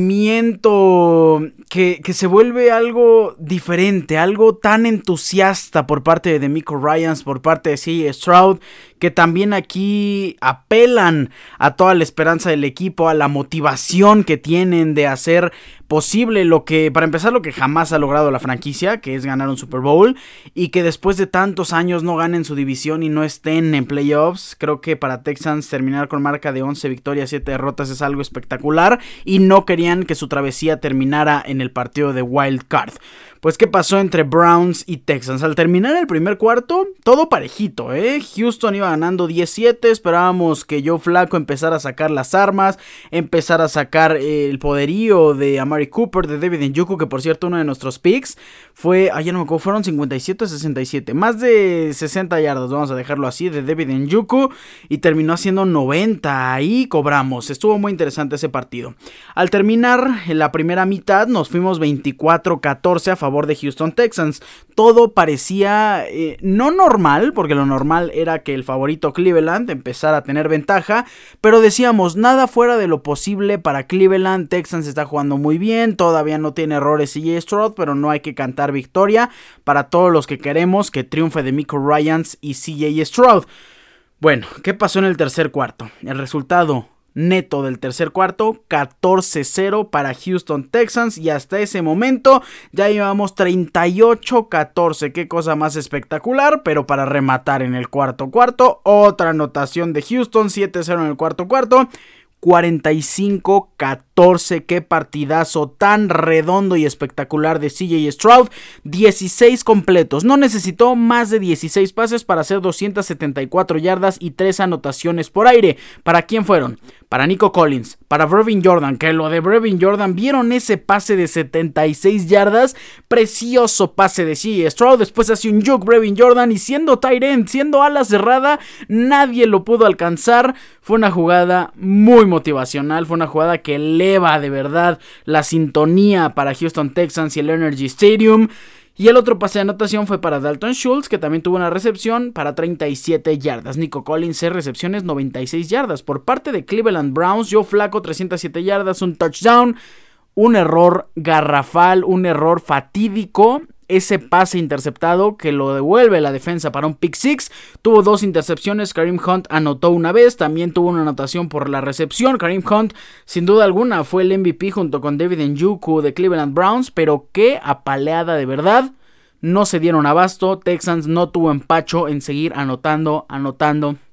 movimiento que, que se vuelve algo diferente, algo tan entusiasta por parte de DeMeco Ryans, por parte de C J Stroud, que también aquí apelan a toda la esperanza del equipo, a la motivación que tienen de hacer posible lo que, para empezar, lo que jamás ha logrado la franquicia, que es ganar un Super Bowl, y que después de tantos años no ganen su división y no estén en playoffs. Creo que para Texans terminar con marca de once victorias, siete derrotas es algo espectacular, y no querían que su travesía terminara en el partido de Wild Card. Pues, ¿qué pasó entre Browns y Texans? Al terminar el primer cuarto, todo parejito, ¿eh? Houston iba ganando diez siete, esperábamos que Joe Flacco empezara a sacar las armas, empezara a sacar eh, el poderío de Amari Cooper, de David Njoku, que por cierto uno de nuestros picks fue, ayer no me acuerdo, fueron cincuenta y siete a sesenta y siete, más de sesenta yardas, vamos a dejarlo así, de David Njoku, y terminó haciendo noventa, ahí cobramos, estuvo muy interesante ese partido. Al terminar en la primera mitad nos fuimos veinticuatro catorce a favor de Houston Texans. Todo parecía eh, no normal, porque lo normal era que el favorito Cleveland empezara a tener ventaja, pero decíamos, nada fuera de lo posible para Cleveland. Texans está jugando muy bien, todavía no tiene errores C J Stroud, pero no hay que cantar victoria para todos los que queremos que triunfe DeMeco Ryans y C J Stroud. Bueno, ¿qué pasó en el tercer cuarto? El resultado neto del tercer cuarto, catorce cero para Houston Texans, y hasta ese momento ya llevamos treinta y ocho catorce, qué cosa más espectacular. Pero para rematar en el cuarto cuarto, otra anotación de Houston, siete cero en el cuarto cuarto, cuarenta y cinco catorce, qué partidazo tan redondo y espectacular de C J Stroud, dieciséis completos, no necesitó más de dieciséis pases para hacer doscientas setenta y cuatro yardas y tres anotaciones por aire. ¿Para quién fueron? Para Nico Collins, para Brevin Jordan, que lo de Brevin Jordan, ¿vieron ese pase de setenta y seis yardas? Precioso pase de C J Stroud, después hace un juke Brevin Jordan, y siendo tight end, siendo ala cerrada, nadie lo pudo alcanzar. Fue una jugada muy motivacional, fue una jugada que eleva de verdad la sintonía para Houston Texans y el Energy Stadium. Y el otro pase de anotación fue para Dalton Schultz, que también tuvo una recepción para treinta y siete yardas. Nico Collins, seis recepciones, noventa y seis yardas. Por parte de Cleveland Browns, Joe Flacco, trescientas siete yardas, un touchdown. Un error garrafal, un error fatídico. Ese pase interceptado que lo devuelve la defensa para un pick six. Tuvo dos intercepciones. Kareem Hunt anotó una vez. También tuvo una anotación por la recepción. Kareem Hunt, sin duda alguna, fue el M V P junto con David Njoku de Cleveland Browns. Pero qué apaleada de verdad. No se dieron abasto. Texans no tuvo empacho en seguir anotando, anotando,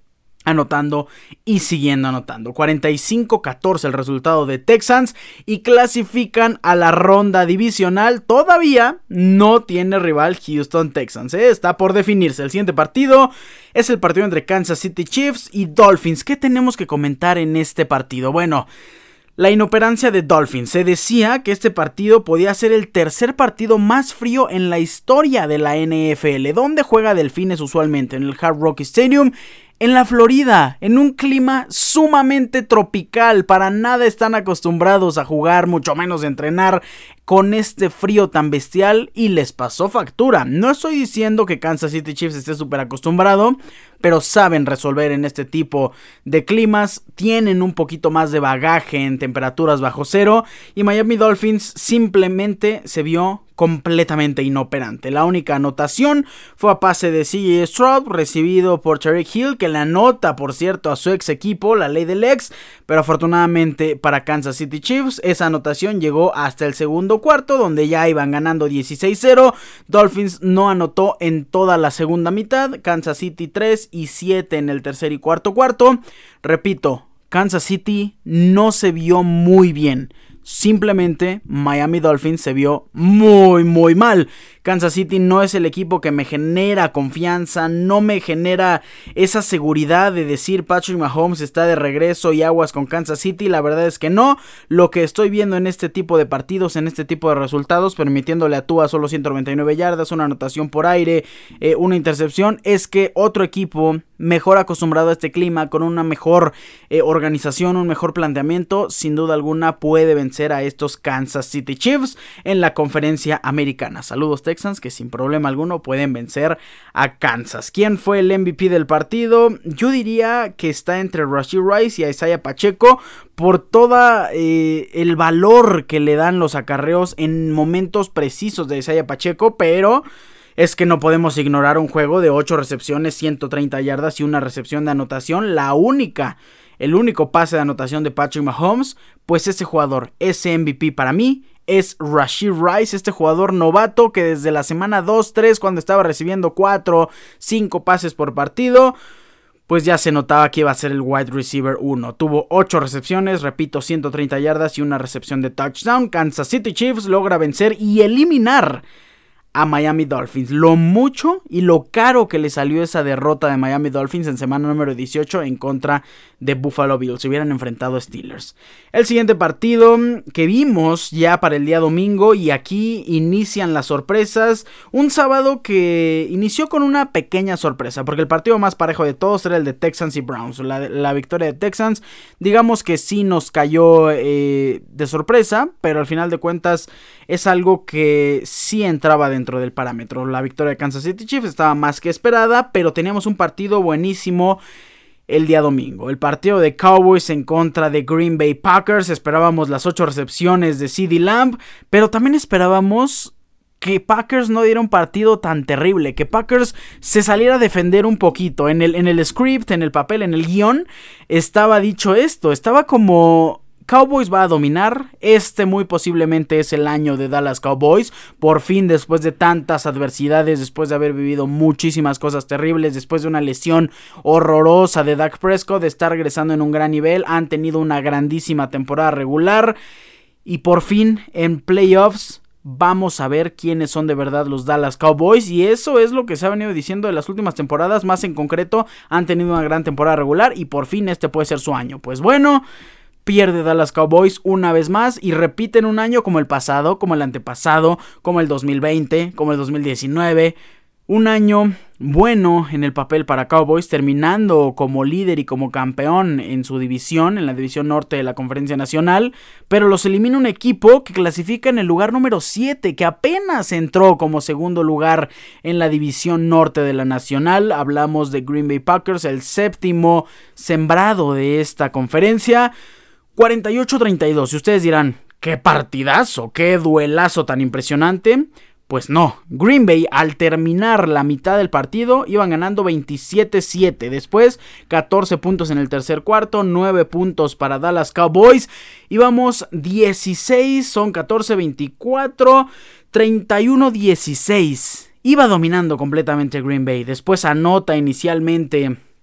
anotando y siguiendo anotando. cuarenta y cinco catorce el resultado de Texans y clasifican a la ronda divisional. Todavía no tiene rival Houston Texans, ¿eh? Está por definirse. El siguiente partido es el partido entre Kansas City Chiefs y Dolphins. ¿Qué tenemos que comentar en este partido? Bueno, la inoperancia de Dolphins. Se decía que este partido podía ser el tercer partido más frío en la historia de la N F L. ¿Dónde juega Delfines usualmente? En el Hard Rock Stadium, en la Florida, en un clima sumamente tropical. Para nada están acostumbrados a jugar, mucho menos a entrenar con este frío tan bestial, y les pasó factura. No estoy diciendo que Kansas City Chiefs esté súper acostumbrado, pero saben resolver en este tipo de climas, tienen un poquito más de bagaje en temperaturas bajo cero, y Miami Dolphins simplemente se vio completamente inoperante. La única anotación fue a pase de C J Stroud, recibido por Tyreek Hill, que le anota, por cierto, a su ex equipo, la ley del ex, pero afortunadamente para Kansas City Chiefs, esa anotación llegó hasta el segundo cuarto, donde ya iban ganando dieciséis cero. Dolphins no anotó en toda la segunda mitad, Kansas City tres y siete en el tercer y cuarto cuarto. Repito, Kansas City no se vio muy bien. Simplemente Miami Dolphins se vio muy muy mal. Kansas City no es el equipo que me genera confianza, no me genera esa seguridad de decir Patrick Mahomes está de regreso y aguas con Kansas City. La verdad es que no. Lo que estoy viendo en este tipo de partidos, en este tipo de resultados, permitiéndole a Tua solo ciento noventa y nueve yardas, una anotación por aire, eh, una intercepción, es que otro equipo mejor acostumbrado a este clima, con una mejor eh, organización, un mejor planteamiento, sin duda alguna puede vencer a estos Kansas City Chiefs en la conferencia americana. Saludos Texans, que sin problema alguno pueden vencer a Kansas. ¿Quién fue el M V P del partido? Yo diría que está entre Rashee Rice y Isaiah Pacheco, por todo eh, el valor que le dan los acarreos en momentos precisos de Isaiah Pacheco, pero es que no podemos ignorar un juego de ocho recepciones, ciento treinta yardas y una recepción de anotación. La única, el único pase de anotación de Patrick Mahomes, pues ese jugador, ese M V P para mí, es Rashee Rice, este jugador novato que desde la semana dos tres, cuando estaba recibiendo cuatro, cinco pases por partido, pues ya se notaba que iba a ser el wide receiver uno. Tuvo ocho recepciones, repito, ciento treinta yardas y una recepción de touchdown. Kansas City Chiefs logra vencer y eliminar a Miami Dolphins. Lo mucho y lo caro que le salió esa derrota de Miami Dolphins en semana número dieciocho en contra de Buffalo Bills. Se hubieran enfrentado a Steelers. El siguiente partido que vimos ya para el día domingo, y aquí inician las sorpresas. Un sábado que inició con una pequeña sorpresa, porque el partido más parejo de todos era el de Texans y Browns. La, la victoria de Texans, digamos que sí nos cayó eh, de sorpresa, pero al final de cuentas es algo que sí entraba dentro del parámetro. La victoria de Kansas City Chiefs estaba más que esperada, pero teníamos un partido buenísimo el día domingo. El partido de Cowboys en contra de Green Bay Packers. Esperábamos las ocho recepciones de CeeDee Lamb, pero también esperábamos que Packers no diera un partido tan terrible, que Packers se saliera a defender un poquito. En el, en el script, en el papel, en el guión, estaba dicho esto, estaba como: Cowboys va a dominar, este muy posiblemente es el año de Dallas Cowboys, por fin, después de tantas adversidades, después de haber vivido muchísimas cosas terribles, después de una lesión horrorosa de Dak Prescott, de estar regresando en un gran nivel, han tenido una grandísima temporada regular, y por fin en playoffs vamos a ver quiénes son de verdad los Dallas Cowboys, y eso es lo que se ha venido diciendo de las últimas temporadas. Más en concreto, han tenido una gran temporada regular, y por fin este puede ser su año. Pues bueno, pierde Dallas Cowboys una vez más y repiten un año como el pasado, como el antepasado, como el dos mil veinte, como el dos mil diecinueve. Un año bueno en el papel para Cowboys, terminando como líder y como campeón en su división, en la división norte de la Conferencia Nacional, pero los elimina un equipo que clasifica en el lugar número siete, que apenas entró como segundo lugar en la división norte de la Nacional. Hablamos de Green Bay Packers, el séptimo sembrado de esta conferencia. cuarenta y ocho a treinta y dos, y ustedes dirán, qué partidazo, qué duelazo tan impresionante. Pues no, Green Bay al terminar la mitad del partido iban ganando veintisiete siete, después catorce puntos en el tercer cuarto, nueve puntos para Dallas Cowboys, íbamos dieciséis, son catorce veinticuatro, treinta y uno dieciséis, iba dominando completamente Green Bay. Después anota inicialmente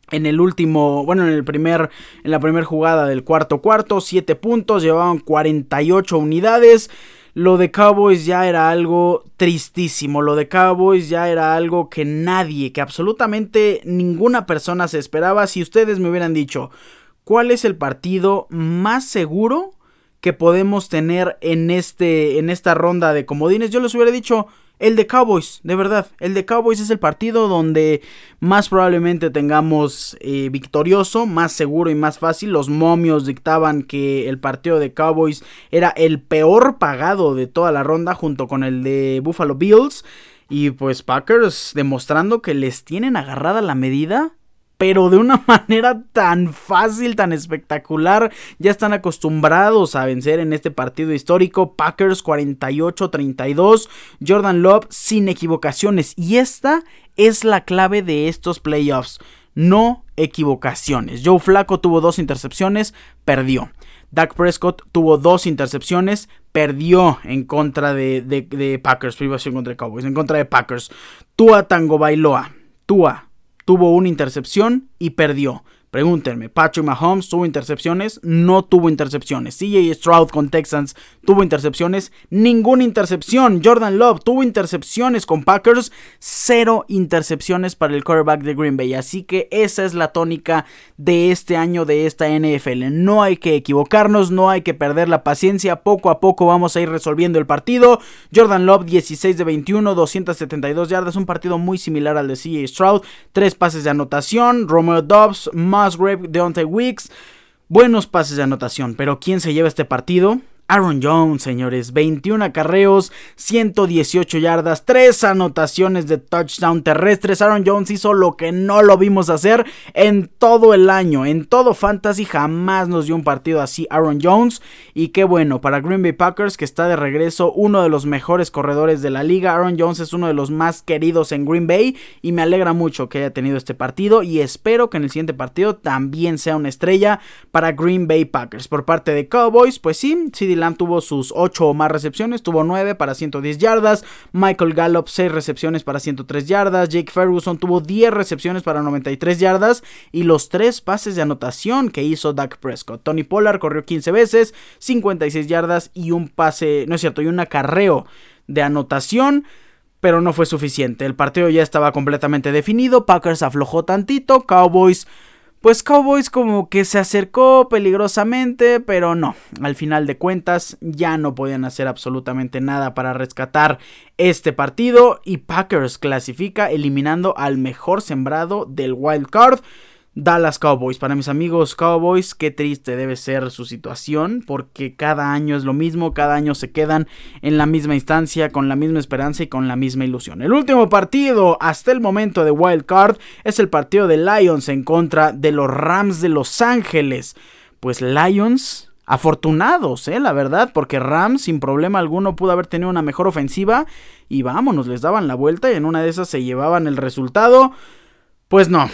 En el último, bueno, en el primer, en la primera jugada del cuarto cuarto, siete puntos, llevaban cuarenta y ocho unidades. Lo de Cowboys ya era algo tristísimo, lo de Cowboys ya era algo que nadie, que absolutamente ninguna persona se esperaba. Si ustedes me hubieran dicho, ¿cuál es el partido más seguro que podemos tener en, este, en esta ronda de comodines? Yo les hubiera dicho, el de Cowboys, de verdad, el de Cowboys es el partido donde más probablemente tengamos eh, victorioso, más seguro y más fácil. Los momios dictaban que el partido de Cowboys era el peor pagado de toda la ronda junto con el de Buffalo Bills. Y pues Packers demostrando que les tienen agarrada la medida, pero de una manera tan fácil, tan espectacular. Ya están acostumbrados a vencer en este partido histórico. Packers cuarenta y ocho a treinta y dos. Jordan Love sin equivocaciones. Y esta es la clave de estos playoffs. No equivocaciones. Joe Flacco tuvo dos intercepciones, perdió. Dak Prescott tuvo dos intercepciones, perdió en contra de, de, de Packers. Privación contra Cowboys, en contra de Packers. Tua Tagovailoa. Tua. Tuvo una intercepción y perdió. Pregúntenme, Patrick Mahomes tuvo intercepciones, no tuvo intercepciones. C J Stroud con Texans tuvo intercepciones, ninguna intercepción. Jordan Love tuvo intercepciones con Packers, cero intercepciones para el quarterback de Green Bay. Así que esa es la tónica de este año de esta N F L. No hay que equivocarnos, no hay que perder la paciencia. Poco a poco vamos a ir resolviendo el partido. Jordan Love dieciséis de veintiuno, doscientas setenta y dos yardas. Un partido muy similar al de C J Stroud. Tres pases de anotación. Romeo Doubs, Musgrave, Deontay Wicks, buenos pases de anotación, pero ¿quién se lleva este partido? Aaron Jones, señores, veintiún acarreos, ciento dieciocho yardas, tres anotaciones de touchdown terrestres. Aaron Jones hizo lo que no lo vimos hacer en todo el año, en todo fantasy jamás nos dio un partido así Aaron Jones. Y qué bueno para Green Bay Packers, que está de regreso uno de los mejores corredores de la liga. Aaron Jones es uno de los más queridos en Green Bay y me alegra mucho que haya tenido este partido y espero que en el siguiente partido también sea una estrella para Green Bay Packers. Por parte de Cowboys, pues sí, CeeDee Lamb tuvo sus ocho o más recepciones, tuvo nueve para ciento diez yardas. Michael Gallup seis recepciones para ciento tres yardas. Jake Ferguson tuvo diez recepciones para noventa y tres yardas y los tres pases de anotación que hizo Dak Prescott. Tony Pollard corrió quince veces, cincuenta y seis yardas y un pase, no es cierto, y un acarreo de anotación, pero no fue suficiente. El partido ya estaba completamente definido. Packers aflojó tantito. Cowboys Pues Cowboys como que se acercó peligrosamente, pero no, al final de cuentas ya no podían hacer absolutamente nada para rescatar este partido y Packers clasifica eliminando al mejor sembrado del Wild Card, Dallas Cowboys. Para mis amigos Cowboys, qué triste debe ser su situación, porque cada año es lo mismo, cada año se quedan en la misma instancia, con la misma esperanza y con la misma ilusión. El último partido hasta el momento de Wild Card es el partido de Lions en contra de los Rams de Los Ángeles. Pues Lions, afortunados, eh, la verdad, porque Rams sin problema alguno pudo haber tenido una mejor ofensiva y vámonos, les daban la vuelta y en una de esas se llevaban el resultado. Pues no.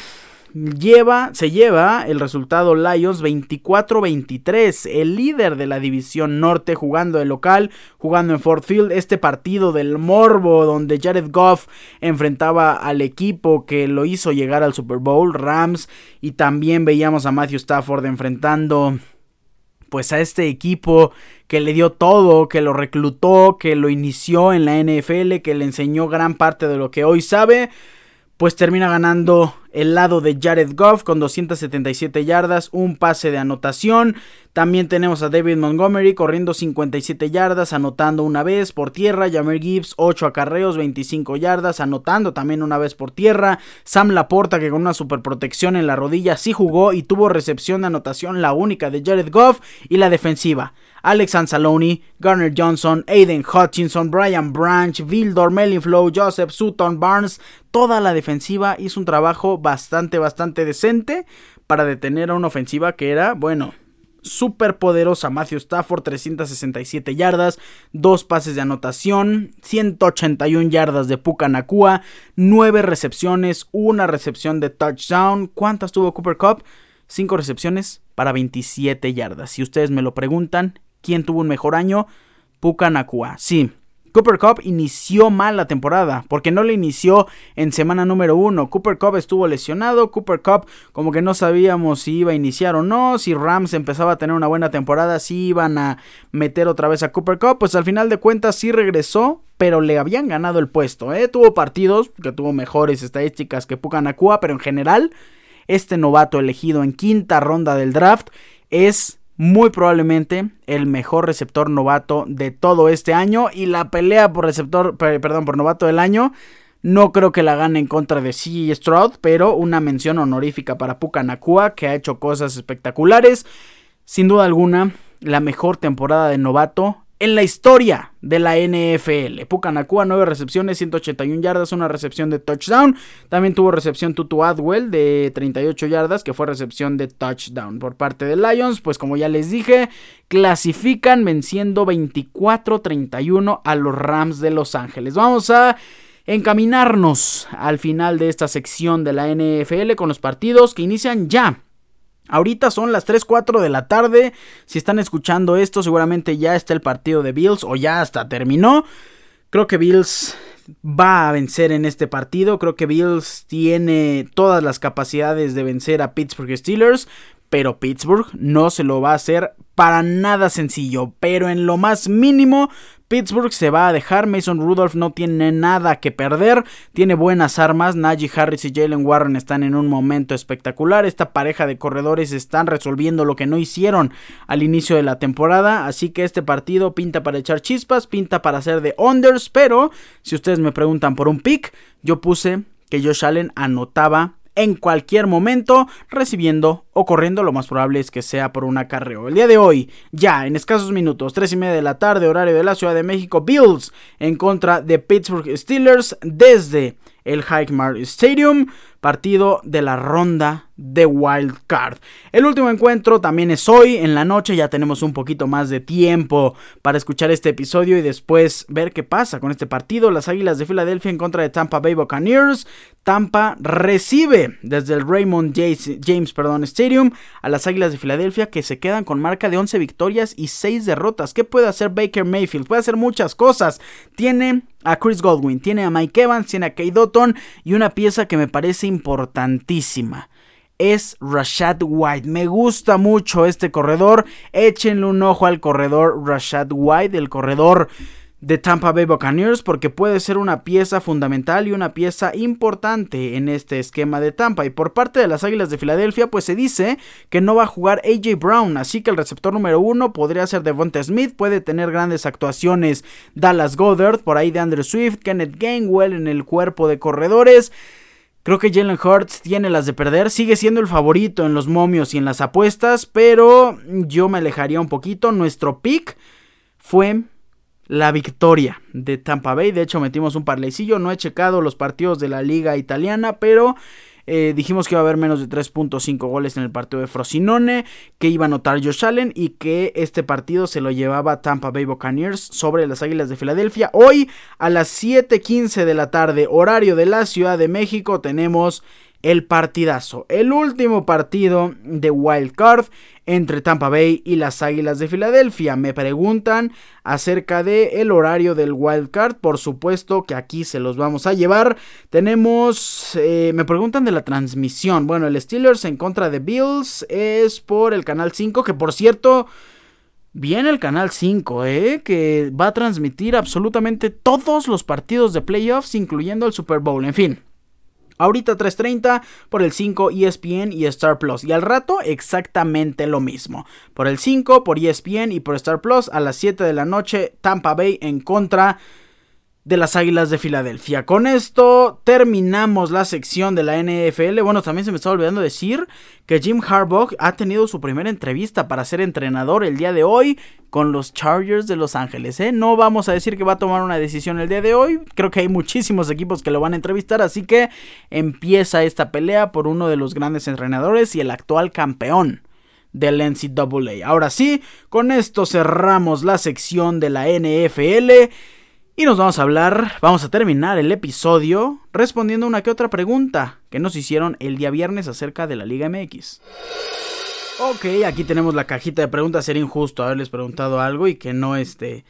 Lleva, se lleva el resultado Lions veinticuatro veintitrés, el líder de la división norte, jugando de local, jugando en Ford Field. Este partido del morbo donde Jared Goff enfrentaba al equipo que lo hizo llegar al Super Bowl, Rams, y también veíamos a Matthew Stafford enfrentando pues a este equipo que le dio todo, que lo reclutó, que lo inició en la N F L, que le enseñó gran parte de lo que hoy sabe. Pues termina ganando el lado de Jared Goff con doscientas setenta y siete yardas, un pase de anotación. También tenemos a David Montgomery corriendo cincuenta y siete yardas, anotando una vez por tierra. Jahmyr Gibbs, ocho acarreos, veinticinco yardas, anotando también una vez por tierra. Sam Laporta, que con una superprotección en la rodilla sí jugó y tuvo recepción de anotación, la única de Jared Goff. Y la defensiva: Alex Anzalone, Garner Johnson, Aiden Hutchinson, Brian Branch, Vildor Melinflow, Joseph Sutton, Barnes. Toda la defensiva hizo un trabajo bastante, bastante decente para detener a una ofensiva que era, bueno, súper poderosa. Matthew Stafford, trescientas sesenta y siete yardas, dos pases de anotación, ciento ochenta y una yardas de Puka Nacua, nueve recepciones, una recepción de touchdown. ¿Cuántas tuvo Cooper Kupp? cinco recepciones para veintisiete yardas. Si ustedes me lo preguntan, ¿quién tuvo un mejor año? Puka Nacua. Sí, Cooper Kupp inició mal la temporada, porque no le inició en semana número uno. Cooper Kupp estuvo lesionado, Cooper Kupp como que no sabíamos si iba a iniciar o no, si Rams empezaba a tener una buena temporada, si iban a meter otra vez a Cooper Kupp, pues al final de cuentas sí regresó, pero le habían ganado el puesto, ¿eh? Tuvo partidos que tuvo mejores estadísticas que Puka Nacua, pero en general, este novato elegido en quinta ronda del draft es muy probablemente el mejor receptor novato de todo este año, y la pelea por receptor, perdón, por novato del año, no creo que la gane en contra de C J Stroud, pero una mención honorífica para Puka Nacua, que ha hecho cosas espectaculares. Sin duda alguna, la mejor temporada de novato en la historia de la N F L. Puka Nacua, nueve recepciones, ciento ochenta y una yardas, una recepción de touchdown. También tuvo recepción Tutu Atwell de treinta y ocho yardas, que fue recepción de touchdown por parte de Lions. Pues como ya les dije, clasifican venciendo veinticuatro a treinta y uno a los Rams de Los Ángeles. Vamos a encaminarnos al final de esta sección de la N F L con los partidos que inician ya. Ahorita son las tres cuatro de la tarde. Si están escuchando esto, seguramente ya está el partido de Bills o ya hasta terminó. Creo que Bills va a vencer en este partido. Creo que Bills tiene todas las capacidades de vencer a Pittsburgh Steelers, pero Pittsburgh no se lo va a hacer para nada sencillo. Pero en lo más mínimo, Pittsburgh se va a dejar. Mason Rudolph no tiene nada que perder, tiene buenas armas. Najee Harris y Jalen Warren están en un momento espectacular. Esta pareja de corredores están resolviendo lo que no hicieron al inicio de la temporada, así que este partido pinta para echar chispas, pinta para ser de unders. Pero si ustedes me preguntan por un pick, yo puse que Josh Allen anotaba en cualquier momento, recibiendo o corriendo. Lo más probable es que sea por un acarreo. El día de hoy, ya en escasos minutos, tres y media de la tarde, horario de la Ciudad de México, Bills en contra de Pittsburgh Steelers desde el Highmark Stadium, partido de la ronda de Wild Card. El último encuentro también es hoy en la noche. Ya tenemos un poquito más de tiempo para escuchar este episodio y después ver qué pasa con este partido. Las Águilas de Filadelfia en contra de Tampa Bay Buccaneers. Tampa recibe desde el Raymond James, James perdón, Stadium a las Águilas de Filadelfia, que se quedan con marca de once victorias y seis derrotas. ¿Qué puede hacer Baker Mayfield? Puede hacer muchas cosas. Tiene a Chris Godwin, tiene a Mike Evans, tiene a Kate Dotton y una pieza que me parece importantísima es Rachaad White. Me gusta mucho este corredor. Échenle un ojo al corredor Rachaad White, el corredor de Tampa Bay Buccaneers, porque puede ser una pieza fundamental y una pieza importante en este esquema de Tampa. Y por parte de las Águilas de Filadelfia, pues se dice que no va a jugar A J Brown, así que el receptor número uno podría ser Devonta Smith. Puede tener grandes actuaciones Dallas Goedert, por ahí de Andrew Swift, Kenneth Gainwell en el cuerpo de corredores. Creo que Jalen Hurts tiene las de perder, sigue siendo el favorito en los momios y en las apuestas, pero yo me alejaría un poquito. Nuestro pick fue la victoria de Tampa Bay. De hecho metimos un parlaycillo, no he checado los partidos de la liga italiana, pero eh, dijimos que iba a haber menos de tres punto cinco goles en el partido de Frosinone, que iba a anotar Josh Allen y que este partido se lo llevaba Tampa Bay Buccaneers sobre las Águilas de Filadelfia. Hoy a las siete quince de la tarde, horario de la Ciudad de México, tenemos el partidazo, el último partido de Wild Card entre Tampa Bay y las Águilas de Filadelfia. Me preguntan acerca del horario del Wild Card, por supuesto que aquí se los vamos a llevar. Tenemos, eh, me preguntan de la transmisión. Bueno, el Steelers en contra de Bills es por el canal cinco, que por cierto, viene el canal cinco, eh, que va a transmitir absolutamente todos los partidos de playoffs, incluyendo el Super Bowl, en fin. Ahorita tres treinta por el cinco, E S P N y Star Plus. Y al rato exactamente lo mismo. Por el cinco, por E S P N y por Star Plus a las siete de la noche, Tampa Bay en contra de las Águilas de Filadelfia. Con esto terminamos la sección de la N F L. Bueno, también se me estaba olvidando decir que Jim Harbaugh ha tenido su primera entrevista para ser entrenador el día de hoy con los Chargers de Los Ángeles, ¿eh? No vamos a decir que va a tomar una decisión el día de hoy. Creo que hay muchísimos equipos que lo van a entrevistar, así que empieza esta pelea por uno de los grandes entrenadores y el actual campeón del N C A A. Ahora sí, con esto cerramos la sección de la N F L. Y nos vamos a hablar, vamos a terminar el episodio respondiendo una que otra pregunta que nos hicieron el día viernes acerca de la Liga M X. Ok, aquí tenemos la cajita de preguntas. Sería injusto haberles preguntado algo y que no este,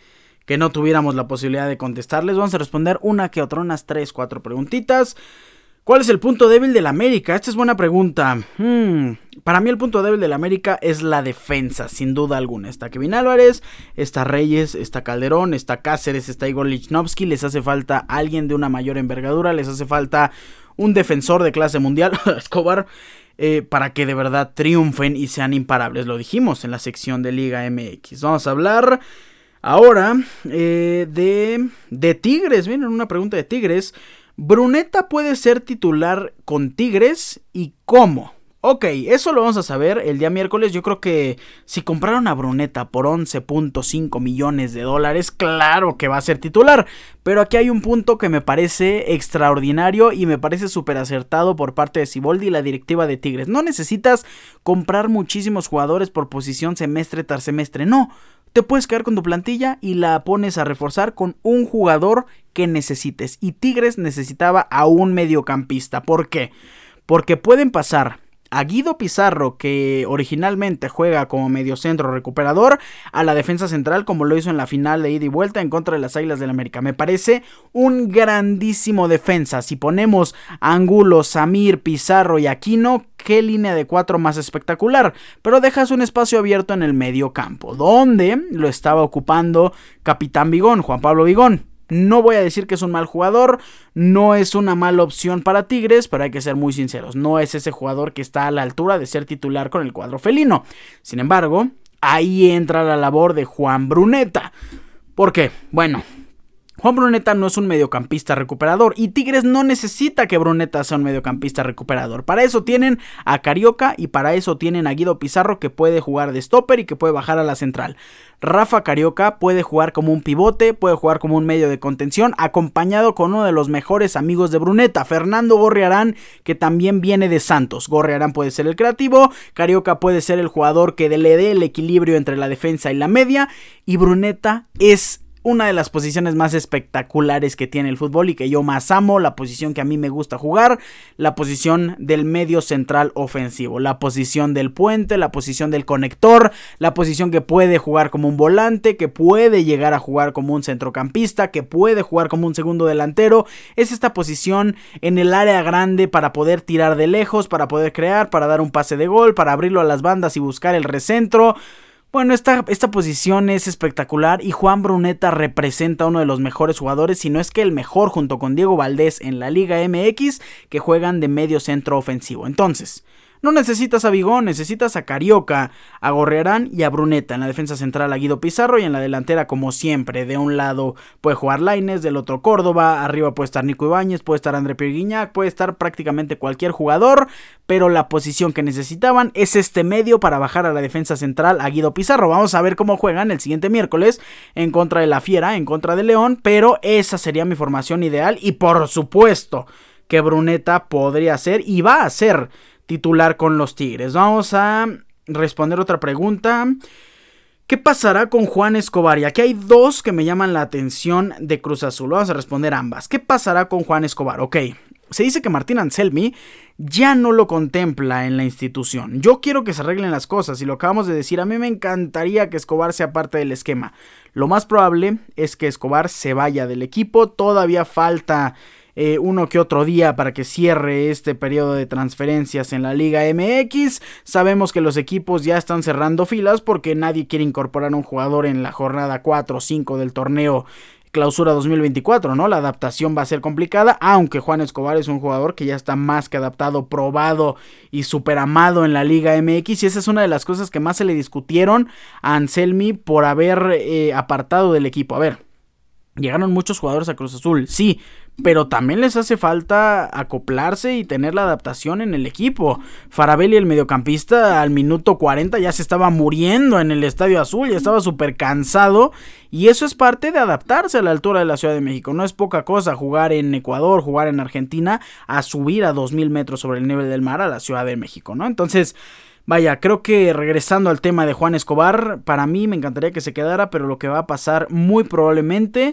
que no tuviéramos la posibilidad de contestarles. Vamos a responder una que otra, unas tres, cuatro preguntitas. ¿Cuál es el punto débil del América? Esta es buena pregunta. Hmm, para mí el punto débil del América es la defensa, sin duda alguna. Está Kevin Álvarez, está Reyes, está Calderón, está Cáceres, está Igor Lichnowsky. Les hace falta alguien de una mayor envergadura, les hace falta un defensor de clase mundial, Escobar, eh, para que de verdad triunfen y sean imparables. Lo dijimos en la sección de Liga M X. Vamos a hablar ahora eh, de, de Tigres. Miren, una pregunta de Tigres. ¿Bruneta puede ser titular con Tigres y cómo? Ok, eso lo vamos a saber el día miércoles. Yo creo que si compraron a Bruneta por once punto cinco millones de dólares, claro que va a ser titular. Pero aquí hay un punto que me parece extraordinario y me parece súper acertado por parte de Siboldi y la directiva de Tigres. No necesitas comprar muchísimos jugadores por posición semestre tras semestre, no. Te puedes quedar con tu plantilla y la pones a reforzar con un jugador que necesites. Y Tigres necesitaba a un mediocampista. ¿Por qué? Porque pueden pasar a Guido Pizarro, que originalmente juega como mediocentro recuperador, a la defensa central, como lo hizo en la final de ida y vuelta en contra de las Águilas del América. Me parece un grandísimo defensa. Si ponemos a Angulo, Samir, Pizarro y Aquino, qué línea de cuatro más espectacular. Pero dejas un espacio abierto en el medio campo, donde lo estaba ocupando Capitán Vigón, Juan Pablo Vigón. No voy a decir que es un mal jugador, no es una mala opción para Tigres, pero hay que ser muy sinceros, no es ese jugador que está a la altura de ser titular con el cuadro felino. Sin embargo, ahí entra la labor de Juan Bruneta. ¿Por qué? Bueno, Juan Bruneta no es un mediocampista recuperador y Tigres no necesita que Bruneta sea un mediocampista recuperador. Para eso tienen a Carioca y para eso tienen a Guido Pizarro, que puede jugar de stopper y que puede bajar a la central. Rafa Carioca puede jugar como un pivote, puede jugar como un medio de contención, acompañado con uno de los mejores amigos de Bruneta, Fernando Gorriarán, que también viene de Santos. Gorriarán puede ser el creativo, Carioca puede ser el jugador que le dé el equilibrio entre la defensa y la media, y Bruneta es una de las posiciones más espectaculares que tiene el fútbol y que yo más amo, la posición que a mí me gusta jugar, la posición del medio central ofensivo, la posición del puente, la posición del conector, la posición que puede jugar como un volante, que puede llegar a jugar como un centrocampista, que puede jugar como un segundo delantero. Es esta posición en el área grande para poder tirar de lejos, para poder crear, para dar un pase de gol, para abrirlo a las bandas y buscar el recentro. Bueno, esta, esta posición es espectacular y Juan Bruneta representa a uno de los mejores jugadores, si no es que el mejor, junto con Diego Valdés en la Liga M X, que juegan de medio centro ofensivo. Entonces, no necesitas a Vigón, necesitas a Carioca, a Gorriarán y a Bruneta. En la defensa central a Guido Pizarro y en la delantera, como siempre, de un lado puede jugar Lainez, del otro Córdoba, arriba puede estar Nico Ibáñez, puede estar André Pierre Gignac, puede estar prácticamente cualquier jugador, pero la posición que necesitaban es este medio para bajar a la defensa central a Guido Pizarro. Vamos a ver cómo juegan el siguiente miércoles en contra de la Fiera, en contra de León, pero esa sería mi formación ideal y por supuesto que Bruneta podría ser y va a ser titular con los Tigres. Vamos a responder otra pregunta. ¿Qué pasará con Juan Escobar? Y aquí hay dos que me llaman la atención de Cruz Azul. Vamos a responder ambas. ¿Qué pasará con Juan Escobar? Ok, se dice que Martín Anselmi ya no lo contempla en la institución. Yo quiero que se arreglen las cosas y lo acabamos de decir. A mí me encantaría que Escobar sea parte del esquema. Lo más probable es que Escobar se vaya del equipo. Todavía falta Eh, uno que otro día para que cierre este periodo de transferencias en la Liga M X. Sabemos que los equipos ya están cerrando filas porque nadie quiere incorporar a un jugador en la jornada cuatro o cinco del torneo Clausura dos mil veinticuatro, ¿no? La adaptación va a ser complicada, aunque Juan Escobar es un jugador que ya está más que adaptado, probado y super amado en la Liga M X, y esa es una de las cosas que más se le discutieron a Anselmi por haber eh, apartado del equipo. A ver, llegaron muchos jugadores a Cruz Azul, sí, pero también les hace falta acoplarse y tener la adaptación en el equipo. Faravelli, el mediocampista, al minuto cuarenta ya se estaba muriendo en el Estadio Azul, ya estaba súper cansado, y eso es parte de adaptarse a la altura de la Ciudad de México. No es poca cosa jugar en Ecuador, jugar en Argentina, a subir a dos mil metros sobre el nivel del mar a la Ciudad de México, ¿no? Entonces, vaya, creo que regresando al tema de Juan Escobar, para mí me encantaría que se quedara, pero lo que va a pasar muy probablemente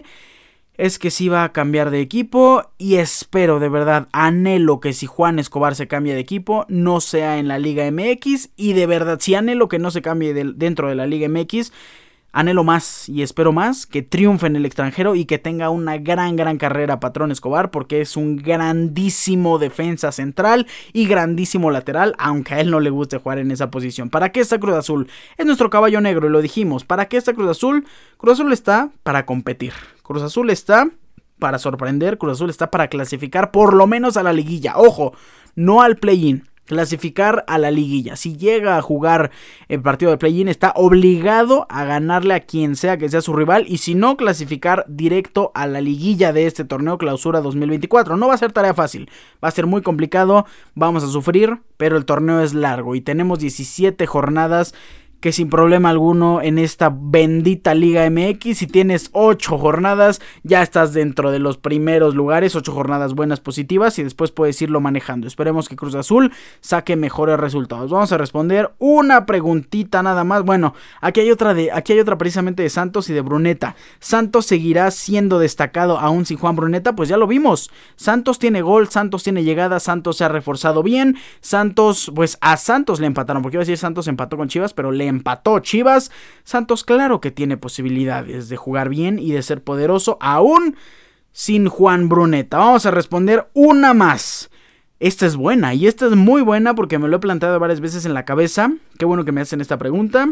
es que sí va a cambiar de equipo, y espero, de verdad, anhelo que si Juan Escobar se cambia de equipo, no sea en la Liga M X, y de verdad, si anhelo que no se cambie de, dentro de la Liga M X, Anhelo más y espero más, que triunfe en el extranjero y que tenga una gran, gran carrera Patrón Escobar, porque es un grandísimo defensa central y grandísimo lateral, aunque a él no le guste jugar en esa posición. ¿Para qué está Cruz Azul? Es nuestro caballo negro y lo dijimos. ¿Para qué está Cruz Azul? Cruz Azul está para competir. Cruz Azul está para sorprender. Cruz Azul está para clasificar por lo menos a la liguilla. Ojo, no al play-in. Clasificar a la liguilla. Si llega a jugar el partido de play-in, está obligado a ganarle a quien sea que sea su rival, y si no, clasificar directo a la liguilla de este torneo Clausura dos mil veinticuatro. No va a ser tarea fácil, va a ser muy complicado, vamos a sufrir, pero el torneo es largo y tenemos diecisiete jornadas que sin problema alguno en esta bendita Liga M X, si tienes ocho jornadas, ya estás dentro de los primeros lugares, ocho jornadas buenas, positivas, y después puedes irlo manejando. Esperemos que Cruz Azul saque mejores resultados. Vamos a responder una preguntita nada más. Bueno, aquí hay otra de, aquí hay otra precisamente de Santos y de Bruneta. ¿Santos seguirá siendo destacado aún sin Juan Bruneta? Pues ya lo vimos. Santos tiene gol, Santos tiene llegada, Santos se ha reforzado bien. Santos, pues a Santos le empataron, porque iba a decir Santos empató con Chivas, pero le empató Chivas. Santos claro que tiene posibilidades de jugar bien y de ser poderoso aún sin Juan Bruneta. Vamos a responder una más. Esta es buena y esta es muy buena porque me lo he planteado varias veces en la cabeza. Qué bueno que me hacen esta pregunta.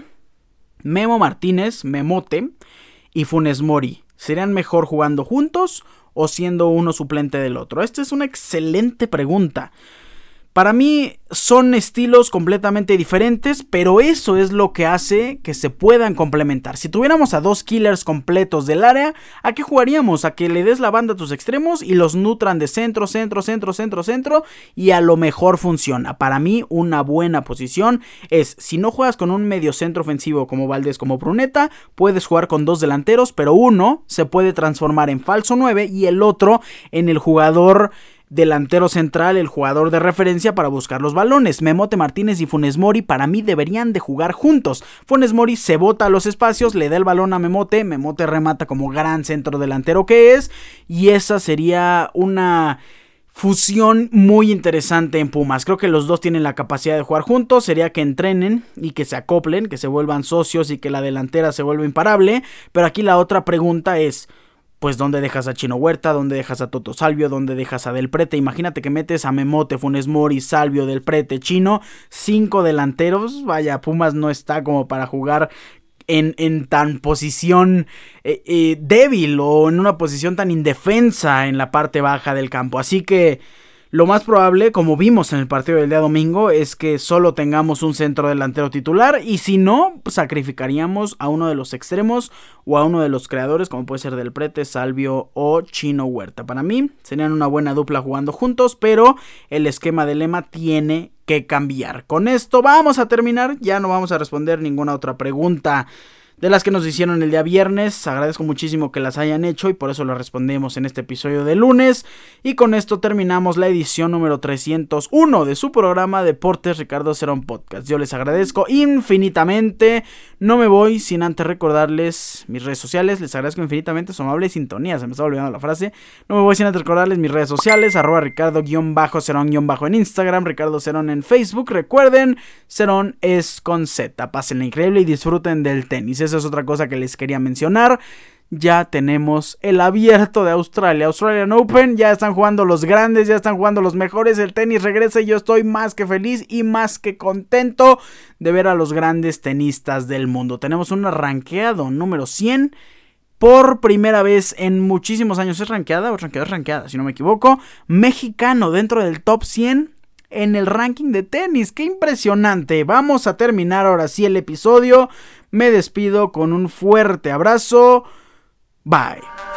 Memo Martínez, Memote y Funes Mori, ¿serían mejor jugando juntos o siendo uno suplente del otro? Esta es una excelente pregunta. Para mí son estilos completamente diferentes, pero eso es lo que hace que se puedan complementar. Si tuviéramos a dos killers completos del área, ¿a qué jugaríamos? A que le des la banda a tus extremos y los nutran de centro, centro, centro, centro, centro, y a lo mejor funciona. Para mí una buena posición es, si no juegas con un medio centro ofensivo como Valdés, como Bruneta, puedes jugar con dos delanteros, pero uno se puede transformar en falso nueve y el otro en el jugador delantero central, el jugador de referencia para buscar los balones. Memote Martínez y Funes Mori para mí deberían de jugar juntos. Funes Mori se bota a los espacios, le da el balón a Memote, Memote remata como gran centro delantero que es, y esa sería una fusión muy interesante en Pumas. Creo que los dos tienen la capacidad de jugar juntos, sería que entrenen y que se acoplen, que se vuelvan socios y que la delantera se vuelva imparable, pero aquí la otra pregunta es, pues ¿dónde dejas a Chino Huerta? ¿Dónde dejas a Toto Salvio? ¿Dónde dejas a Del Prete? Imagínate que metes a Memote, Funes Mori, Salvio, Del Prete, Chino, cinco delanteros. Vaya, Pumas no está como para jugar en, en tan posición eh, eh, débil o en una posición tan indefensa en la parte baja del campo. Así que lo más probable, como vimos en el partido del día domingo, es que solo tengamos un centro delantero titular, y si no, pues sacrificaríamos a uno de los extremos o a uno de los creadores, como puede ser Del Prete, Salvio o Chino Huerta. Para mí serían una buena dupla jugando juntos, pero el esquema de Lema tiene que cambiar. Con esto vamos a terminar, ya no vamos a responder ninguna otra pregunta de las que nos hicieron el día viernes. Agradezco muchísimo que las hayan hecho y por eso las respondemos en este episodio de lunes. Y con esto terminamos la edición número trescientos uno de su programa Deportes Ricardo Cerón Podcast. Yo les agradezco infinitamente. No me voy sin antes recordarles mis redes sociales. Les agradezco infinitamente su amable sintonía. Se me estaba olvidando la frase. No me voy sin antes recordarles mis redes sociales. Arroba Ricardo-Cerón- en Instagram. Ricardo Cerón en Facebook. Recuerden, Cerón es con Z. Pásenla increíble y disfruten del tenis. Esa es otra cosa que les quería mencionar. Ya tenemos el abierto de Australia, Australian Open. Ya están jugando los grandes, ya están jugando los mejores. El tenis regresa y yo estoy más que feliz y más que contento de ver a los grandes tenistas del mundo. Tenemos un rankeado número cien. Por primera vez en muchísimos años. ¿Es rankeada o rankeada? Es rankeada, si no me equivoco. Mexicano dentro del top cien en el ranking de tenis. ¡Qué impresionante! Vamos a terminar ahora sí el episodio. Me despido con un fuerte abrazo. Bye.